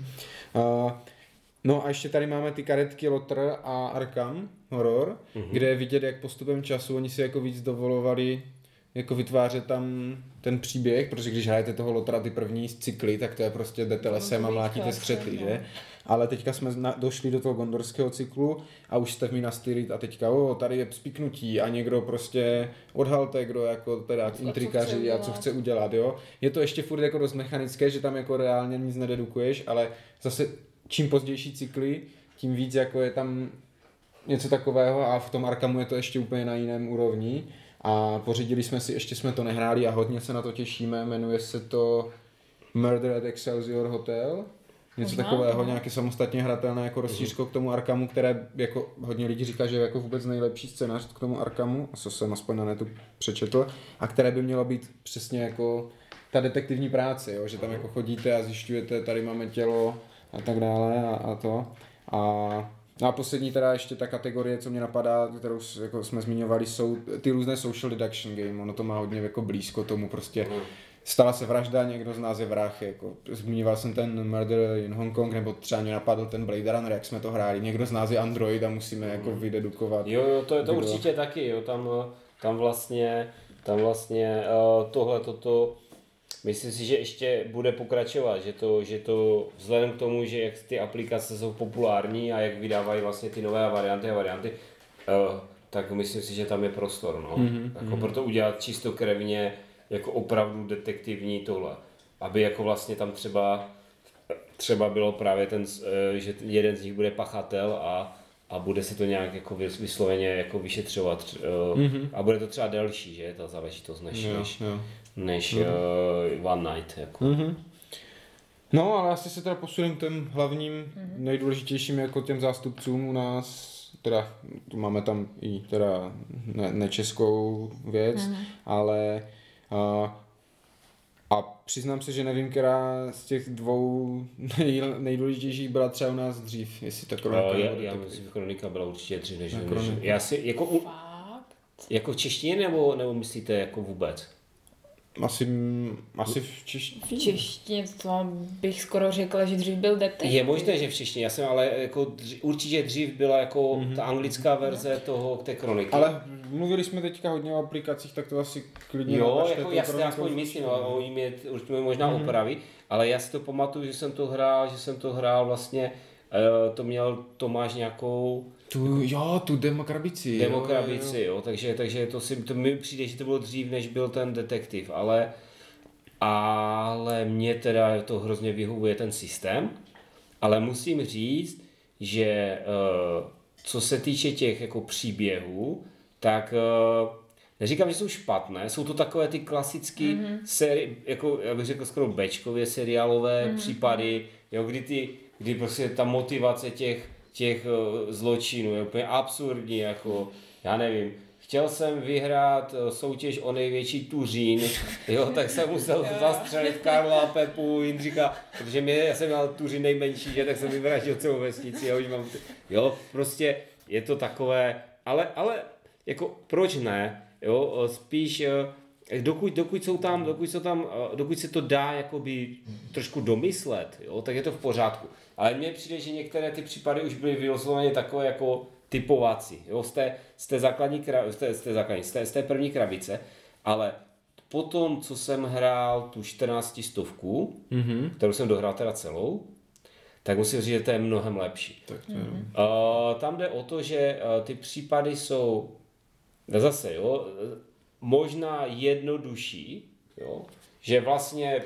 uh, no a ještě tady máme ty karetky Lotr a Arkham Horror, mm-hmm. kde je vidět, jak postupem času oni si jako víc dovolovali jako vytvářet tam ten příběh, protože když hrajete toho Lotra ty první cykly, tak to je prostě jdete lesem a mlátíte skřety, že? Ale teďka jsme na, došli do toho gondorského cyklu a už jste v Minas Tirith a teďka o, tady je spiknutí a někdo prostě odhalte, kdo jako teda intrikaři a co chce udělat, jo? Je to ještě furt jako dost mechanické, že tam jako reálně nic nededukuješ, ale zase čím pozdější cykly, tím víc jako je tam něco takového a v tom Arkhamu je to ještě úplně na jiném úrovni. A pořídili jsme si, ještě jsme to nehráli a hodně se na to těšíme, jmenuje se to Murder at Excelsior Hotel, něco Možná, takového, no. nějaké samostatně hratelné jako rozšířko k tomu Arkhamu, které jako hodně lidí říká, že je jako vůbec nejlepší scénář k tomu Arkhamu, co jsem aspoň na netu přečetl, a které by mělo být přesně jako ta detektivní práce, jo? Že tam jako chodíte a zjišťujete, tady máme tělo a tak dále a, a to. A No a poslední teda ještě ta kategorie, co mě napadá, kterou jako jsme zmiňovali, jsou ty různé social deduction game. Ono to má hodně jako blízko tomu prostě. Stala se vražda, někdo z nás je vrah. Jako, zmiňoval jsem ten Murder in Hong Kong, nebo třeba mě napadl ten Blade Runner, jak jsme to hráli. Někdo z nás je android a musíme mm. jako vydedukovat. Jo, jo, to je to kdo... určitě taky. Jo. Tam, tam vlastně, tam vlastně uh, tohle, toto, myslím si, že ještě bude pokračovat, že to, že to vzhledem k tomu, že jak ty aplikace jsou populární a jak vydávají vlastně ty nové varianty a varianty, uh, tak myslím si, že tam je prostor, no. Mm-hmm. Jako proto udělat čistokrevně jako opravdu detektivní tohle. Aby jako vlastně tam třeba třeba bylo právě ten, že jeden z nich bude pachatel a, a bude se to nějak jako vysloveně jako vyšetřovat mm-hmm. a bude to třeba delší, že, ta záležitost než, jo, než, jo. než mm-hmm. uh, One Night. Jako. Mm-hmm. No, ale asi se teda posuneme k těm hlavním, mm-hmm. nejdůležitějším jako těm zástupcům u nás, teda tu máme tam i teda ne, nečeskou věc, mm-hmm. ale uh, a přiznám se, že nevím, která z těch dvou nej, nejdůležitějších byla třeba u nás dřív, jestli ta Kronika. Uh, já, já myslím, že Kronika byla určitě dřív než, než já si jako u, jako v češtině nebo, nebo myslíte jako vůbec? Asi, asi v češtině. V češtině to bych skoro řekla, že dřív byl detektiv. Je možné, že v češtině, já jsem ale jako dřív, určitě dřív byla jako mm-hmm. ta anglická verze toho, té Kroniky. Ale mluvili jsme teďka hodně o aplikacích, tak to asi klidně jo, jako já si to aspoň myslím, ale oni mě určitě možná mm-hmm. opraví, ale já si to pamatuju, že jsem to hrál, že jsem to hrál vlastně, uh, to měl Tomáš nějakou Tu, jo, tu demokrabici. Demokrabici, jo, jo. Takže, takže to, si, to mi přijde, že to bylo dřív, než byl ten detektiv, ale, ale mě teda to hrozně vyhovuje ten systém, ale musím říct, že uh, co se týče těch jako příběhů, tak uh, neříkám, že jsou špatné, jsou to takové ty klasické mm-hmm. série, jako já bych řekl skoro béčkově seriálové mm-hmm. případy, jo, kdy, ty, kdy prostě ta motivace těch těch uh, zločinů je úplně absurdní, jako, já nevím, chtěl jsem vyhrát uh, soutěž o největší tuřín, jo, tak jsem musel zastřelit Karla, Pepu, Jindřicha, protože mě, já jsem měl tuřín nejmenší, že, tak jsem vyvraždil celou vesnici, jo, mám, jo, prostě je to takové, ale, ale, jako, proč ne, jo, spíš, uh, dokud, dokud jsou tam, dokud, jsou tam, uh, dokud se to dá, jakoby, trošku domyslet, jo, tak je to v pořádku. Ale mně přijde, že některé ty případy už byly vylosovaně takové jako typovací, jo, z té, z té základní, z té, z té, základní z té, z té první krabice, ale potom, co jsem hrál tu čtrnáctistovku, mm-hmm. kterou jsem dohrál teda celou, tak musím říct, že to je mnohem lepší. Tak to mm-hmm. uh, tam jde o to, že uh, ty případy jsou zase, jo, možná jednodušší, jo, že vlastně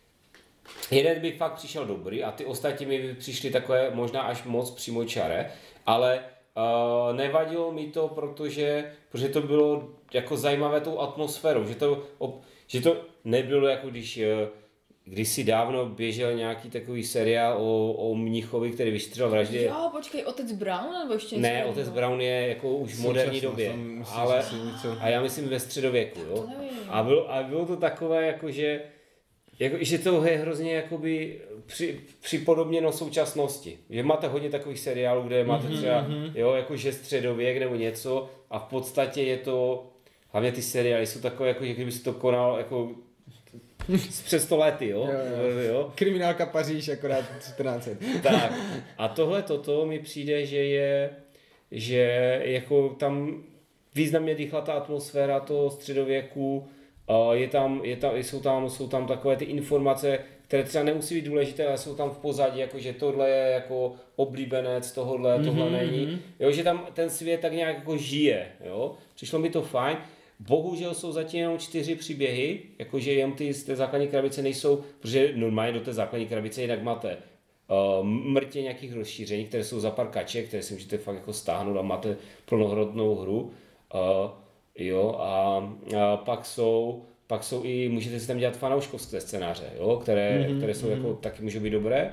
jeden by fakt přišel dobrý a ty ostatní mi přišly takové možná až moc přímočaré, ale uh, nevadilo mi to, protože, protože to bylo jako zajímavé tou atmosférou, že to, že to nebylo jako když uh, kdysi dávno běžel nějaký takový seriál o, o mnichovi, který vystřelil vraždě. Jo, počkej, Otec Brown nebo ještě Ne, Otec nebo? Brown je jako už v moderní době, ale a já myslím ve středověku, jo. A bylo, a bylo to takové jako, že Jako, že to je hrozně jakoby při, připodobněno současnosti. Že máte hodně takových seriálů, kde máte třeba jo, jakože středověk nebo něco a v podstatě je to, hlavně ty seriály jsou takové, jako, že kdyby se to konalo jako před sto lety, jo? Jo, jo. jo. Kriminálka Paříž, akorát čtrnáct set. Tak. A tohle toto mi přijde, že je, že jako tam významně dýchla ta atmosféra toho středověku. Je tam, je tam, jsou, tam, jsou tam takové ty informace, které třeba nemusí být důležité, ale jsou tam v pozadí, jako že tohle je jako oblíbenec, tohle, tohle mm-hmm. není. Jo, že tam ten svět tak nějak jako žije. Jo? Přišlo mi to fajn. Bohužel jsou zatím jenom čtyři příběhy, jakože jen ty z té základní krabice nejsou, protože normálně do té základní krabice jinak máte uh, mrtě nějakých rozšíření, které jsou za pár kaček, které si můžete fakt jako stáhnout a máte plnohodnotnou hru. Uh, Jo, a, a pak jsou, pak jsou i, můžete si tam dělat fanouškovské scénáře, jo, které, mm-hmm, které jsou mm-hmm. jako, taky můžou být dobré.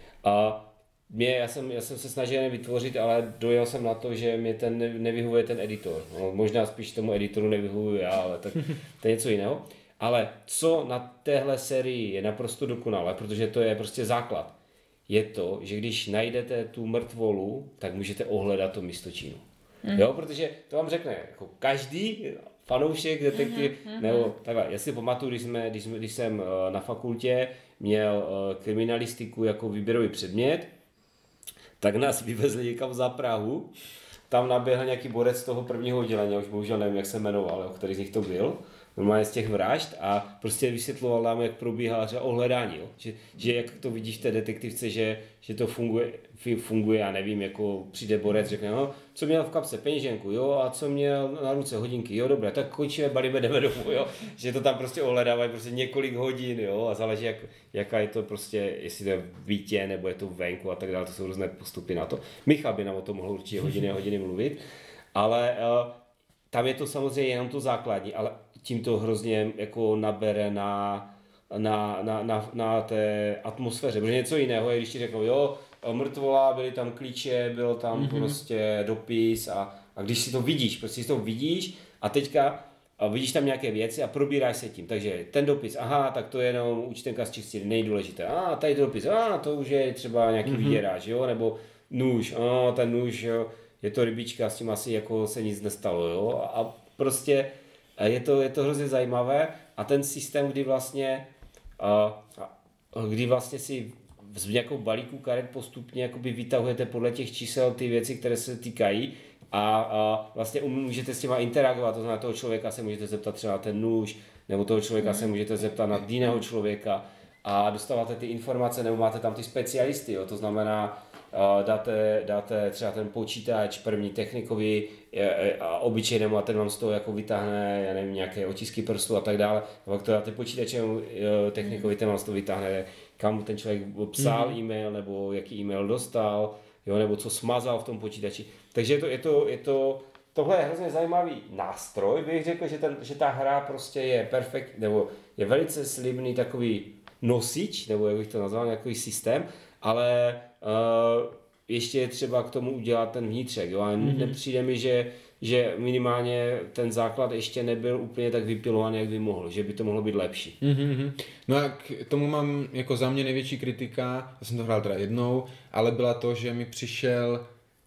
A mě, já jsem, já jsem se snažil je vytvořit, ale dojel jsem na to, že mě ten nevyhovuje ten editor. No, možná spíš tomu editoru nevyhovuje já, ale tak to je něco jiného. Ale co na téhle sérii je naprosto dokonalé, protože to je prostě základ, je to, že když najdete tu mrtvolu, tak můžete ohledat to místočínu. Mm. Jo, protože to vám řekne jako každý fanoušek, detektiv, mm-hmm. nebo takhle. Já si pamatuju, když, jsme, když, jsme, když jsem na fakultě měl kriminalistiku jako výběrový předmět, tak nás vyvezli někam za Prahu, tam naběhl nějaký borec z toho prvního oddělení, už bohužel nevím, jak se jmenoval, jo, který z nich to byl, normálně z těch vražd a prostě vysvětloval nám, jak probíhá třeba ohledání, jo? Že, že jak to vidíš v té detektivce, že, že to funguje, funguje, já nevím, jako přijde borec, řekne, no, co měl v kapse, peněženku, jo, a co měl na ruce, hodinky, jo, dobré, tak končíme, balíme, jdeme domů, jo, že to tam prostě ohledávají prostě několik hodin, jo, a záleží, jak, jaká je to prostě, jestli to je v bytě, nebo je to venku a tak dále, to jsou různé postupy na to. Michal by nám o tom mohl určitě hodiny a hodiny mluvit, ale uh, tam je to samozřejmě jenom to základní, ale tím to hrozně jako nabere na, na, na, na, na té atmosféře, protože něco jiného je, když ti řeknou, jo, mrtvola, byly tam klíče, byl tam mm-hmm. prostě dopis a, a když si to vidíš, prostě si to vidíš a teďka a vidíš tam nějaké věci a probíráš se tím, takže ten dopis, aha, tak to je jenom účtenka z čistiny, nejdůležité, a tady to dopis, a to už je třeba nějaký mm-hmm. výděráč, jo, nebo nůž, a ten nůž, jo, je to rybička, s tím asi jako se nic nestalo, jo, a prostě je to, je to hrozně zajímavé a ten systém, kdy vlastně, a, a, kdy vlastně si z nějakou balíku karet postupně jakoby vytahujete podle těch čísel ty věci, které se týkají a, a vlastně můžete s těma interagovat, to znamená toho člověka se můžete zeptat třeba na ten nůž, nebo toho člověka se můžete zeptat na jiného člověka a dostáváte ty informace, nebo máte tam ty specialisty, jo, to znamená Uh, dáte, dáte třeba ten počítač první technikovi a obyčejnému a ten vám z toho jako vytáhne, já nevím, nějaké otisky prstů a tak dále. A pak to dáte počítačem technikovi, ten vám z toho vytáhne, kam ten člověk psal mm-hmm. e-mail, nebo jaký e-mail dostal, jo, nebo co smazal v tom počítači. Takže je to, je to, je to tohle je hrozně zajímavý nástroj, bych řekl, že, ten, že ta hra prostě je perfekt, nebo je velice slibný takový nosič, nebo jak bych to nazval, nějaký systém, ale uh, ještě je třeba k tomu udělat ten vnitřek, jo, a mm-hmm. nepřijde mi, že, že minimálně ten základ ještě nebyl úplně tak vypilovaný, jak by mohl, že by to mohlo být lepší. Mm-hmm. No a k tomu mám jako za mě největší kritika, já jsem to hrál teda jednou, ale byla to, že mi přišel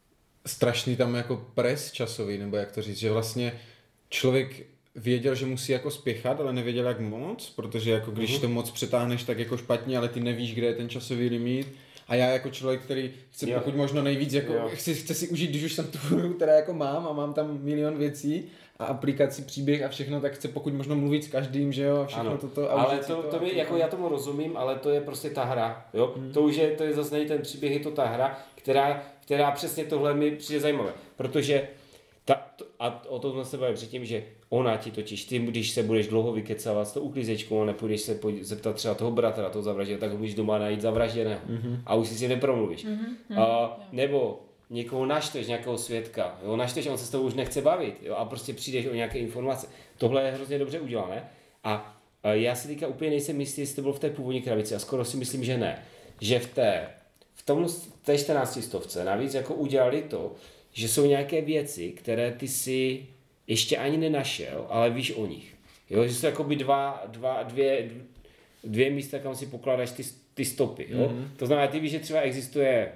strašný tam jako pres časový, nebo jak to říct, že vlastně člověk věděl, že musí jako spěchat, ale nevěděl jak moc, protože jako když to moc přetáhneš, tak jako špatně, ale ty nevíš, kde je ten časový limit. A já jako člověk, který chce jo. pokud možno nejvíc, jako chci, chci si užít, když už jsem tu hru teda jako mám a mám tam milion věcí a aplikaci, příběh a všechno, tak chce pokud možno mluvit s každým, že jo, a všechno ano. toto. A ale to, to, to mi, jako já tomu rozumím, ale to je prostě ta hra, jo. Hmm. To už je, to je zase nej ten příběh, je to ta hra, která, která přesně tohle mi přijde zajímavé, protože ta, a o tom jsme se bavili předtím, že ona ti totiž, ty, když se budeš dlouho vykecávat s tou uklízečkou a nepůjdeš se zeptat třeba toho bratra, toho zavražděného, tak ho můžeš doma najít zavražděného mm-hmm. a už si si nepromluvíš. Mm-hmm. A, nebo někoho naštveš, nějakého svědka, jo, naštveš, on se s tebou už nechce bavit, jo, a prostě přijdeš o nějaké informace. Tohle je hrozně dobře udělané a, a já si teďka úplně nejsem jistý, jestli to bylo v té původní krabici a skoro si myslím, že ne. Že v té, v tom, té čtrnáctistovce navíc jako udělali to, že jsou nějaké věci, které ty si ještě ani nenašel, ale víš o nich. Jo, že jsou jakoby dva, dva, dvě, dvě místa, kam si pokládáš ty, ty stopy. Jo? Mm-hmm. To znamená, ty víš, že třeba existuje,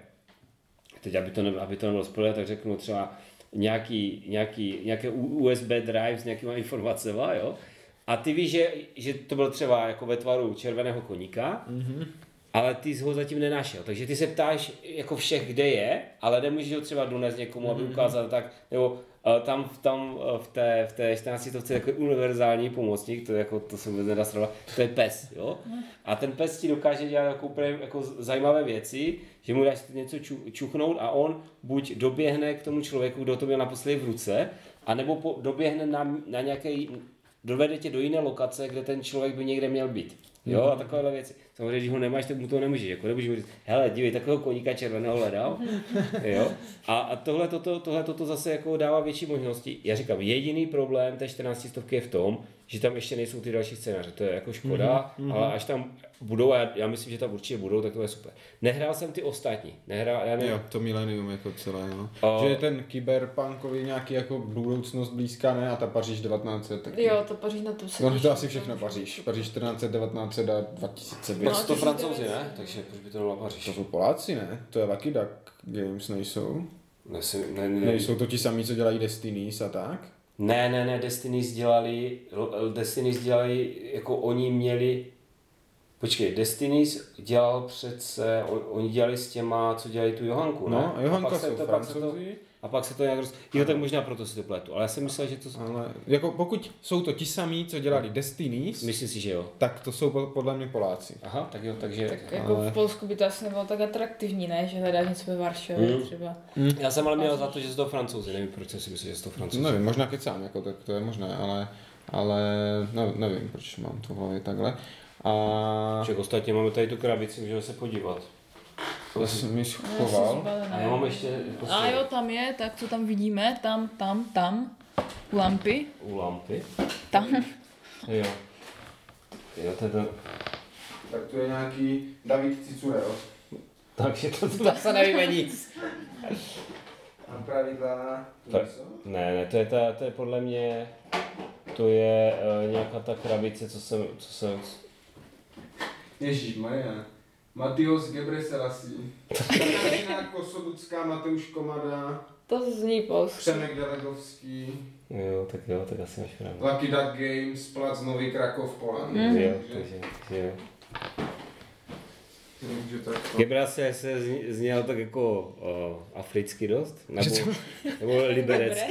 teď aby to, ne, aby to nebylo spoiler, tak řeknu třeba nějaký, nějaký, nějaké U S B drive s nějakýma informacemi, jo? A ty víš, že, že to byl třeba jako ve tvaru červeného koníka, mm-hmm. ale ty jsi ho zatím nenašel, takže ty se ptáš jako všech, kde je, ale nemůžeš ho třeba donést někomu, aby ukázal tak, nebo uh, tam, tam uh, v té, v té čtrnáctistovce je takový univerzální pomocník, to, jako, to se vůbec nedá srovnat, to je pes, jo? A ten pes ti dokáže dělat jako, úplně, jako zajímavé věci, že mu dáš něco ču, čuchnout a on buď doběhne k tomu člověku, kdo to měl naposledy v ruce, anebo po, doběhne na, na nějaký, dovede tě do jiné lokace, kde ten člověk by někde měl být. Jo, a takovéhle věci. Samozřejmě, když ho nemáš, tak mu to nemůžeš. Jako nemůžeš říct, hele, dívej, takového koníka červeného hledal. Jo? A, a tohle, toto, tohle toto zase jako dává větší možnosti. Já říkám, jediný problém té čtrnáctistovky je v tom, že tam ještě nejsou ty další scénáře. To je jako škoda, mm-hmm. ale až tam budou, a já, já myslím, že tam určitě budou, tak to je super. Nehrál jsem ty ostatní. Nehrál, já ne... Jo, to Millennium jako celé, no. O... Že je ten kyberpunkový nějaký jako budoucnost blízká, ne? A ta Paříž devatenáct set taky. Jo, to Paříž na to se... No to asi všechno Paříž. Paříž čtrnáct set, devatenáct set a dva tisíce. No, to, to Francouzi, ne? Takže proč by to nebyla Paříž? To jsou Poláci, ne? To je Lucky Duck Games, nejsou? Nesi, ne, ne, Nejsou to ti samí, co dělají Destinies a tak? Ne, ne, ne, Destinies dělali, Destinies dělali, jako oni měli, počkej, Destinies dělal přece, on, oni dělali s těma, co dělali tu Johanku, ne? No, Johanka jsou Francouzi, a pak se to nějak roz... Jo, tak možná proto si to pletu, ale já jsem myslel, že to... Ale jako pokud jsou to ti samí, co dělali Destinies, Myslím si, že jo. tak to jsou po- podle mě Poláci. Aha, tak jo, takže... Tak jako Ale- v Polsku by to asi nebylo tak atraktivní, ne? Že hledáš něco ve Varšavě Mm. třeba. Já jsem ale měl za to, že jsou to Francouzi, nevím, proč jsem si myslel, že jsou to Francouzi. Nevím, možná kecám, jako, tak to je možné, ale, ale ne, nevím, proč mám to v hlavě takhle. A Však ostatně máme tady tu krabici, můžeme se podívat. to jsem mi No, asi schoval. zbalené. A já mám ještě... Prostě A jo, tam je, tak co tam vidíme, tam, tam, tam, u lampy, U lampy. tam. Jo. Jo, to je to... Tak to je nějaký David Cicurel. Takže to zase nevíme nic. A pravidla... Tak. Ne, ne, to je, ta, to je podle mě, to je uh, nějaká ta krabice, co jsem, co jsem, Ježišmarja. Matios Gebreselassie. Katarina Kosobucká, Mateusz Komada, To zní polsky. Přemek Delegovský, jo, tak jo, tak asi máš pravdu. Lucky Duck Games, Plac Nový Krakov, Polan. Mm. Jo, takže, takže jo. Takže tak to. Gebra se, se zni- zněl tak jako uh, africky dost, nebo, nebo liberecky.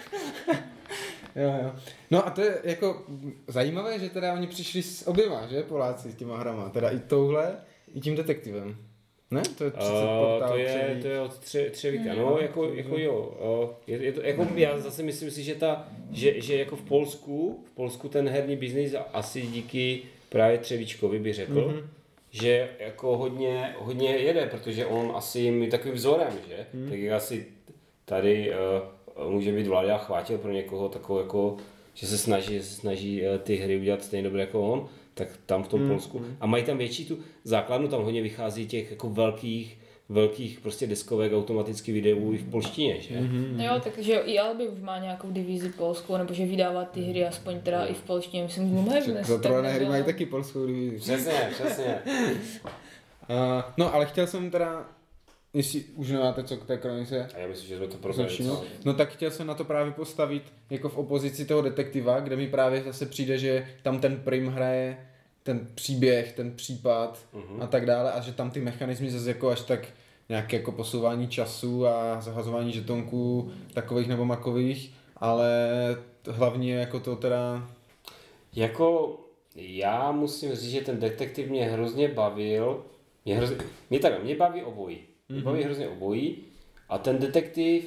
Jo, jo. No a to je jako zajímavé, že teda oni přišli s oběma, že, Poláci, s těma hrama, teda i touhle, i tím detektivem. Ne? To je přece Uh, portál to, je, Třevík. to je od tře, Třevíka, Mm. no jako, jako jo, uh, je, je to, jako já zase myslím si, že, ta, že, že jako v Polsku, v Polsku ten herní biznis asi díky právě Třevíčkovi bych řekl, Mhm. že jako hodně, hodně jede, protože on asi jim je takovým vzorem, že? Mhm. Tak jak asi tady uh, může být Vláďa Chvátil pro někoho takovou jako, že se snaží, se snaží uh, ty hry udělat stejně dobře jako on, tak tam v tom Mhm. Polsku. A mají tam větší tu základnu, tam hodně vychází těch jako velkých, velkých prostě deskovek automatických videů i v polštině, že? Mhm. Jo, takže jo, i Albi už má nějakou divizi polskou, nebo že vydává ty hry aspoň teda i v polštině, myslím, že Gloomhaven. Však Zatrované hry mají taky polskou divizi. Přesně, přesně. Uh, no ale chtěl jsem teda, jestli už nemáte co k té kronice, A já myslím, že jsme to probrali. začnu, co? no tak chtěl jsem na to právě postavit jako v opozici toho detektiva, kde mi právě zase přijde, že tam ten prim hraje ten příběh, ten případ Mhm. a tak dále a že tam ty mechanismy zase jako až tak nějaké jako posouvání času a zahazování žetonků takových nebo makových, ale hlavně jako to teda... Jako já musím říct, že ten detektiv mě hrozně bavil. Mě, hrozně, mě, tak, mě baví obojí. Mě Mhm. baví hrozně obojí. A ten detektiv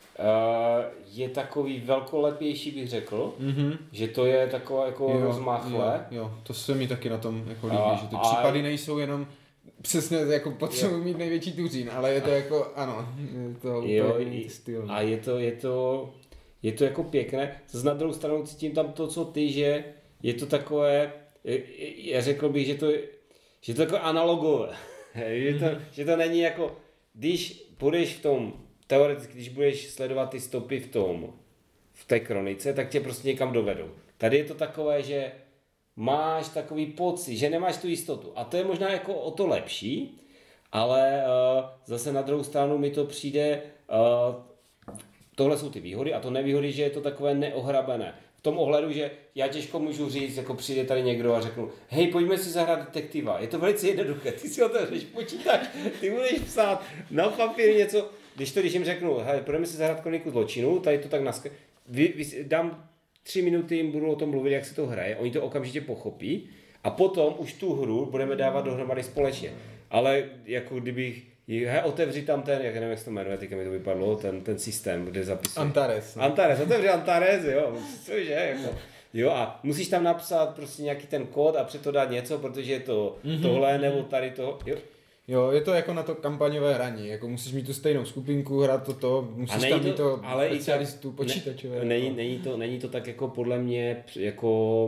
uh, je takový velkolepější, bych řekl. Mm-hmm. Že to je takové jako rozmáchlé. Jo, jo, to se mi taky na tom jako líbí, A- že ty a- případy nejsou jenom přesně jako potřebuji mít největší tuřín, ale je to jako, ano, je to Jo, úplně jiný i- styl. A je to, je to, je to jako pěkné. Zase na druhou stranu cítím tam to, co ty, že je to takové, je- je- já řekl bych, že to, je- že to je jako analogové. že, to, že to není jako, když budeš v tom, teoreticky, když budeš sledovat ty stopy v tom, v té kronice, tak tě prostě někam dovedou. Tady je to takové, že máš takový pocit, že nemáš tu jistotu. A to je možná jako o to lepší, ale uh, zase na druhou stranu mi to přijde, uh, tohle jsou ty výhody a to nevýhody, že je to takové neohrabené. V tom ohledu, že já těžko můžu říct, jako přijde tady někdo a řeknu, hej, pojďme si zahrát detektiva. Je to velice jednoduché, ty si otevřeš počítač, ty budeš psát na papír něco. Když to, když jim řeknu, hej, pojďme si zahrát kroniku zločinu, tady to tak nask... Vy, vy, dám tři minuty, jim budu o tom mluvit, jak se to hraje, oni to okamžitě pochopí a potom už tu hru budeme dávat dohromady společně. Ale jako kdybych, hej, otevři tam ten, jak nevím, jak se to jmenuje, teďka mi to vypadlo, ten, ten systém, kde zapisuje. Antares. No. Antares, otevři Antares, jo, cože, jako. Jo a musíš tam napsat prostě nějaký ten kód a před to dát něco, protože je to mm-hmm. tohle nebo tady to, jo. Jo, je to jako na to kampaňové hraní, jako musíš mít tu stejnou skupinku, hrát to to, musíš tam mít to ale specialistů i tak, počítačové. Ne, není, není, to, není to tak jako podle mě jako,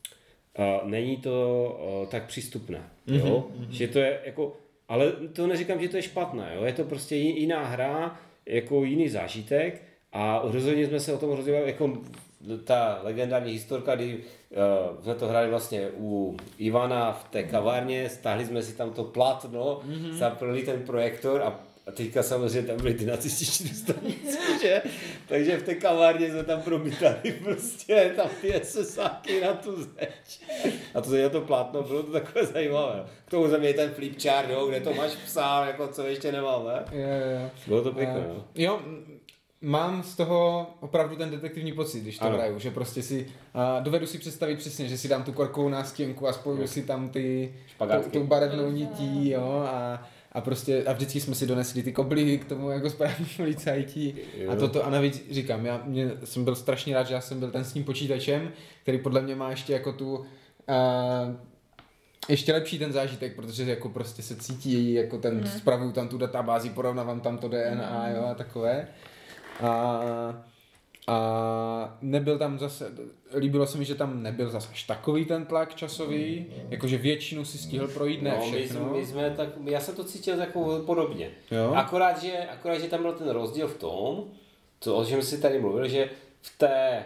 uh, není to uh, tak přístupné, jo, mm-hmm. že to je jako, ale to neříkám, že to je špatné, jo, je to prostě jiná hra, jako jiný zážitek a rozhodně jsme se o tom hrozně jako ta legendární historka, kdy uh, jsme to hráli vlastně u Ivana v té kavárně, stáhli jsme si tam to plátno, mm-hmm. zapnuli ten projektor a, a teďka samozřejmě tam byly ty nacističní stanice, že? Takže v té kavárně jsme tam promítali prostě tam ty esesáky na tu zeď. A to je to plátno, bylo to takové zajímavé. K tomu jsem měl ten flipchart, jo, kde to máš psát, jako co ještě nemám, ne? Jo, jo, jo. Bylo to pěkné, Uh, jo. jo, mám z toho opravdu ten detektivní pocit, když to ano. hraju, že prostě si, uh, dovedu si představit přesně, že si dám tu korkovou nástěnku a spojuju no. si tam ty, tu, tu barevnou nití, jo, a, a prostě, a vždycky jsme si donesli ty koblihy k tomu jako správní policajti a toto, a navíc říkám, já mě, jsem byl strašně rád, že já jsem byl ten s tím počítačem, který podle mě má ještě jako tu, uh, ještě lepší ten zážitek, protože jako prostě se cítí, jako ten, mm. spravuju tam tu databázi, porovnávám tam to D N A, jo, a takové. A, a nebyl tam zase, líbilo se mi, že tam nebyl zase až takový ten tlak časový, jakože většinu si stihl projít, ne všechno. No, my, my jsme tak, já jsem to cítil jako podobně. Jo? Akorát, že, akorát, že tam byl ten rozdíl v tom, to, o čem jsi tady mluvil, že v té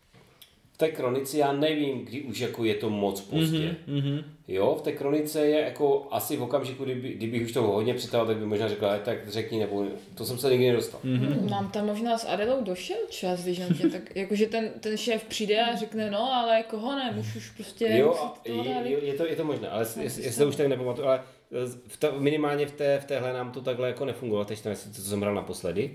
v té kronici já nevím, kdy už jako je to moc pozdě. Mm-hmm. Jo, v té kronice je jako asi v okamžiku, kdyby, kdybych už to hodně přitával, tak by možná řekla, tak řekni, nebo to jsem se nikdy nedostal. Mm-hmm. Nám tam možná s Adelou došel čas, když nám tě tak, jakože ten, ten šéf přijde a řekne, no, ale koho ne, už už prostě... Jo, je, je, to, je to možné, ale jestli se už tak nepamatuju, ale v ta, minimálně v, té, v téhle nám to takhle jako nefungovalo, teď nevím, co jsem hrál naposledy,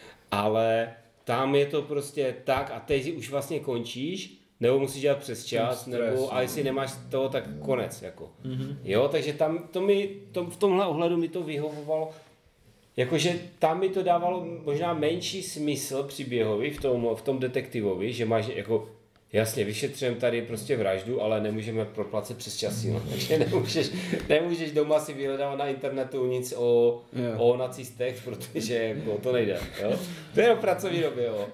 ale tam je to prostě tak a teď už vlastně končíš, nebo musíš dělat přes čas, stres, nebo a jestli nemáš toho, tak konec, jako. Mm-hmm. Jo, takže tam to mi, to, v tomhle ohledu mi to vyhovovalo, jakože tam mi to dávalo možná menší smysl příběhovi v tom, v tom detektivovi, že máš jako, jasně, vyšetřujeme tady prostě vraždu, ale nemůžeme proplacet přes časy, no. Takže nemůžeš, nemůžeš doma si vyhledávat na internetu nic o, yeah. o nacistech, protože jako, to nejde, jo. To je o pracovní době, jo.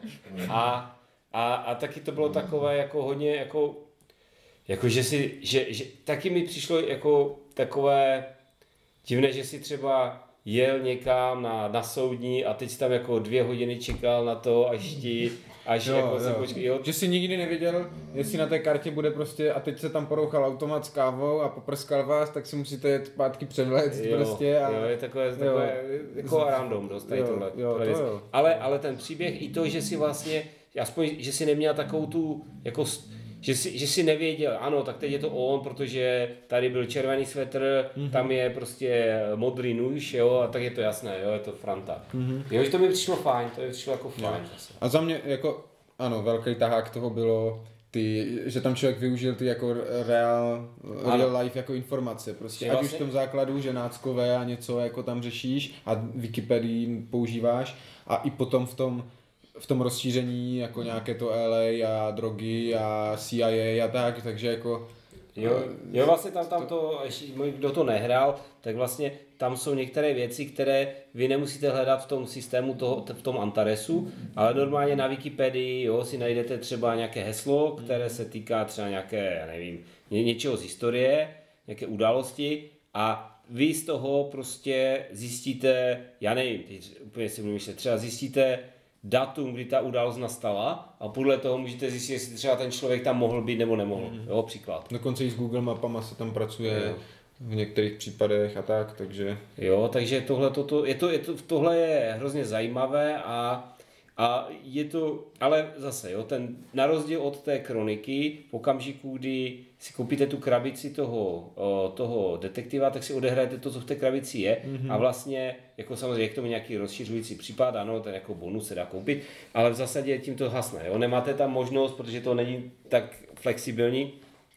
A A, a taky to bylo takové jako hodně jako, jako že si, že, že taky mi přišlo jako takové divné, že si třeba jel někam na, na soudní a teď si tam jako dvě hodiny čekal na to, až ti, až jo, jako jo. se počkej, jo. Že si nikdy nevěděl, jestli na té kartě bude prostě a teď se tam porouchal automat s kávou a poprskal vás, tak si musíte jet zpátky převléct prostě. A... Jo, je takové, takové jo. jako random dost tady tohle. Jo, to jo. Ale, ale ten příběh i to, že si vlastně aspoň, že si neměl takovou tu, jako, že si, že si nevěděl, ano, tak teď je to on, protože tady byl červený svetr, mm-hmm. tam je prostě modrý nůž, jo, a tak je to jasné, jo, je to Franta. Mm-hmm. Jo, že to mi přišlo fajn, to mi přišlo jako fajn. A za mě, jako, ano, velký tahák toho bylo, ty, že tam člověk využil ty jako real, real life jako informace, prostě, ať vlastně... už v tom základu, že náckové a něco jako tam řešíš a Wikipedii používáš a i potom v tom v tom rozšíření jako nějaké to L A a drogy a C I A a tak, takže jako... Jo, jo vlastně tam, tam to, kdo to nehrál, tak vlastně tam jsou některé věci, které vy nemusíte hledat v tom systému, toho, v tom Antaresu, ale normálně na Wikipedii, jo, si najdete třeba nějaké heslo, které se týká třeba nějaké, já nevím, ně, něčeho z historie, nějaké události a vy z toho prostě zjistíte, já nevím, úplně si budu myslet, třeba zjistíte datum, kdy ta událost nastala a podle toho můžete zjistit, jestli třeba ten člověk tam mohl být nebo nemohl. Mm. Jo, příklad. Dokonce i s Google mapama se tam pracuje jo. v některých případech a tak, takže... Jo, takže tohle, toto, je to, je to, tohle je hrozně zajímavé a, a je to, ale zase, jo, ten, na rozdíl od té kroniky, v okamžiku, kdy si koupíte tu krabici toho, toho detektiva, tak si odehrajete to, co v té krabici je mm-hmm. a vlastně, jako samozřejmě je k tomu nějaký rozšiřující případ, ano, ten jako bonus se dá koupit, ale v zásadě tím to hasne, jo, nemáte tam možnost, protože to není tak flexibilní,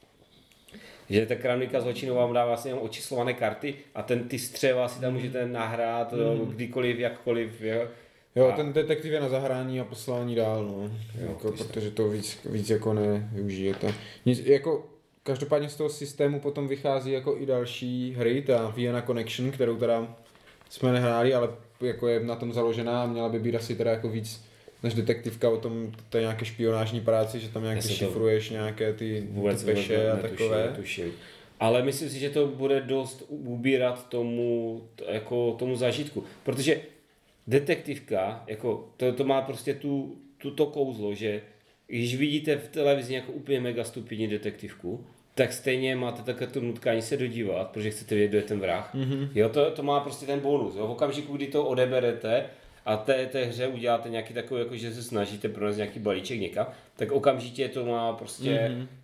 že ta kronika zločinu vám dá vlastně očíslované karty a ten, ty střeva si tam můžete nahrát mm-hmm. kdykoliv, jakkoliv, jo. Jo, a... ten detektiv je na zahrání a poslání dál, no, jo, jako, protože to víc, víc jako nevyužijete. Nic, jako, každopádně z toho systému potom vychází jako i další hry, ta Vienna Connection, kterou teda jsme nehráli, ale jako je na tom založená a měla by být asi teda jako víc než detektivka o tom, to je nějaké špionážní práci, že tam nějak šifruješ nějaké ty peše a takové. Netušil. Ale myslím si, že to bude dost ubírat tomu, jako tomu zážitku, protože detektivka, jako to, to má prostě tu, tu to kouzlo, že když vidíte v televizi jako úplně mega stupidní detektivku, tak stejně máte takové to nutkání se dodívat, protože chcete vědět, kdo je ten vrah. Mm-hmm. Jo, to, to má prostě ten bonus. Jo. V okamžiku, kdy to odeberete a té, té hře uděláte nějaký takový, jako že se snažíte pronést nějaký balíček někam, tak okamžitě to má prostě, mm-hmm.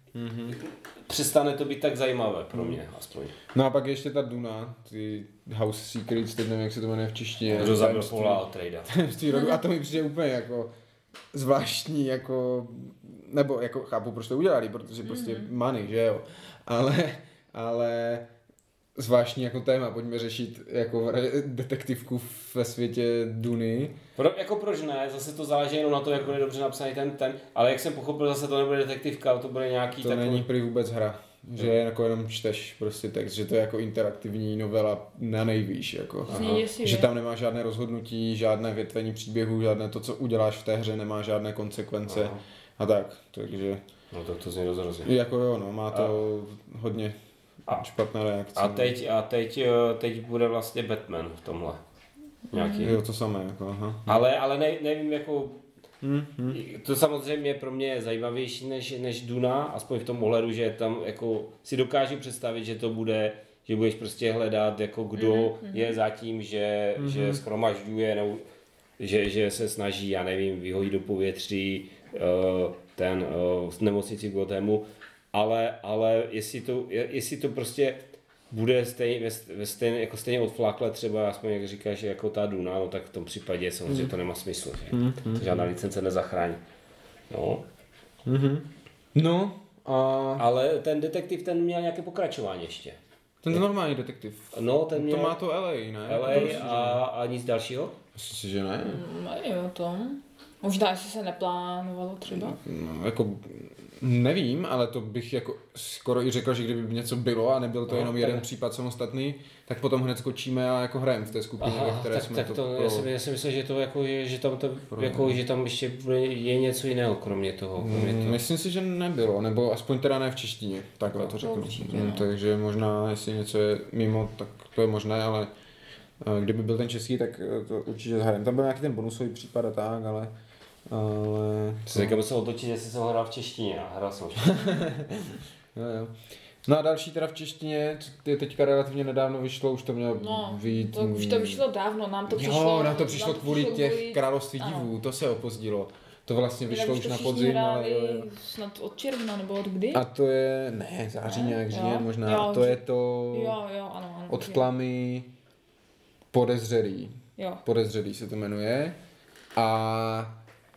mm-hmm. přestane to být tak zajímavé pro mě aspoň. No a pak ještě ta Duna, ty House Secrets, teď nevím, jak se to jmenuje v češtině. Kdo zabil Paula Atreida. A to mi přijde úplně jako zvláštní, jako, nebo jako chápu, proč to udělali, protože prostě mm-hmm. money, že jo, ale, ale zvláštní jako téma, pojďme řešit jako detektivku ve světě Duny. Pro, jako proč ne, zase to záleží jenom na to, jak bude dobře napsaný ten ten, ale jak jsem pochopil, zase to nebude detektivka, to bude nějaký to takový... není prý vůbec hra, že je jako jenom čteš prostě text, že to je jako interaktivní novela na nejvýš, jako. Že tam nemá žádné rozhodnutí, žádné větvení příběhu, žádné to, co uděláš v té hře, nemá žádné konsekvence. Aha. A tak, takže... No tak to zní dost hrozně. Jako jo, no, má to a... hodně a... špatná reakce. A teď, a teď, teď bude vlastně Batman v tomhle. Nějaký. Jo, to samé, jako, aha. Ale, ale ne, nevím, jako... Hmm, hmm. To samozřejmě pro mě je zajímavější než, než Duna, aspoň v tom ohledu, že tam jako si dokážu představit, že to bude, že budeš prostě hledat, jako kdo mm-hmm. je zatím, že, mm-hmm. že shromažďuje, nebo že, že se snaží, já nevím, vyhodit do povětří uh, ten uh, nemocnici v Gothamu, ale, ale jestli, to, jestli to prostě bude stejně, ve, ve stejně, jako stejně odflákle třeba, aspoň jak říkáš, jako ta Duna, no tak v tom případě samozřejmě to nemá smysl, že? Mm, mm, to žádná licence nezachrání. No. Mm-hmm. No a... Ale ten detektiv, ten měl nějaké pokračování ještě. Ten je normální detektiv. No, ten měl... To má to L A, ne? L A a, a nic dalšího? Myslím si, že ne. Nevím o tom. Možná, jestli se neplánovalo třeba. No, jako... Nevím, ale to bych jako skoro i řekl, že kdyby něco bylo a nebyl to no, jenom jeden tak... případ samostatný, tak potom hned skočíme a jako hrajeme v té skupině, Aha, ve které tak, jsme tak to... to pro... já, si, já si myslím, že to jako je, že tam to, jako, že tam ještě je něco jiného kromě toho. Kromě toho. Myslím si, že nebylo, nebo aspoň teda ne v češtině, takhle to řeknu. No. Takže možná, jestli něco je mimo, tak to je možné, ale kdyby byl ten český, tak to určitě hrajeme. Tam byl nějaký ten bonusový případ a tak, ale... Ale... Se říkám, musel otočit, jestli jsem ho hrál v češtině a hrál jsem v jo, jo. No a další teda v češtině, je teďka relativně nedávno vyšlo, už to mělo no, být... to už to vyšlo dávno, nám to přišlo... Jo, nám to přišlo nám kvůli přišlo těch kvůli... království divů, to se opozdilo. To vlastně vyšlo už na podzim, ale jo, jo. Snad od června, nebo od kdy? A to je, ne, září ne? nějak, říjen možná, jo, a to je to jo, jo, ano, ano, od tlamy podezřelý. Jo. Podezřelý se to jmenuje. A...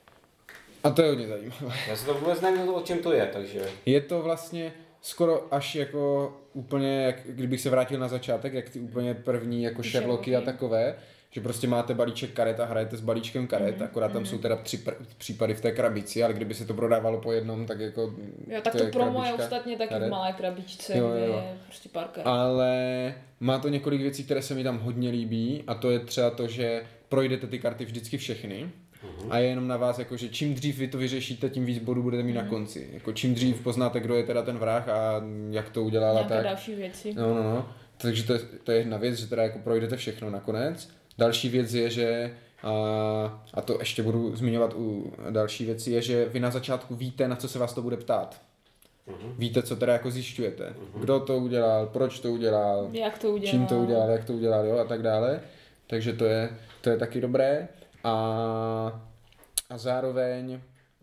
A to je hodně zajímavé. Já se to vůbec nevím, o čem to je, takže... Je to vlastně skoro až jako úplně, jak kdybych se vrátil na začátek, jak ty úplně první jako Sherlocky a takové, že prostě máte balíček karet a hrajete s balíčkem karet, mm-hmm. akorát tam mm-hmm. jsou teda tři pr- případy v té krabici, ale kdyby se to prodávalo po jednom, tak jako... Jo, tak to, to promo je ostatně taky v malé krabičce, jo, jo. Kde je prostě pár karet. Ale má to několik věcí, které se mi tam hodně líbí, a to je třeba to, že projdete ty karty vždycky všechny, a je jenom na vás, jako, že čím dřív vy to vyřešíte, tím víc bodů budete mít mm. na konci. Jako, čím dřív poznáte, kdo je teda ten vrah a jak to udělala. Nějaké tak. další věci. No, no, no. Takže to je, to je jedna věc, že teda jako projdete všechno nakonec. Další věc je, že, a, a to ještě budu zmiňovat u další věci, je, že vy na začátku víte, na co se vás to bude ptát. Mm. Víte, co teda jako zjišťujete. Mm. Kdo to udělal, proč to udělal, jak to udělal, čím to udělal, jak to udělal, jo, a tak dále. Takže to je, to je taky dobré. A, a zároveň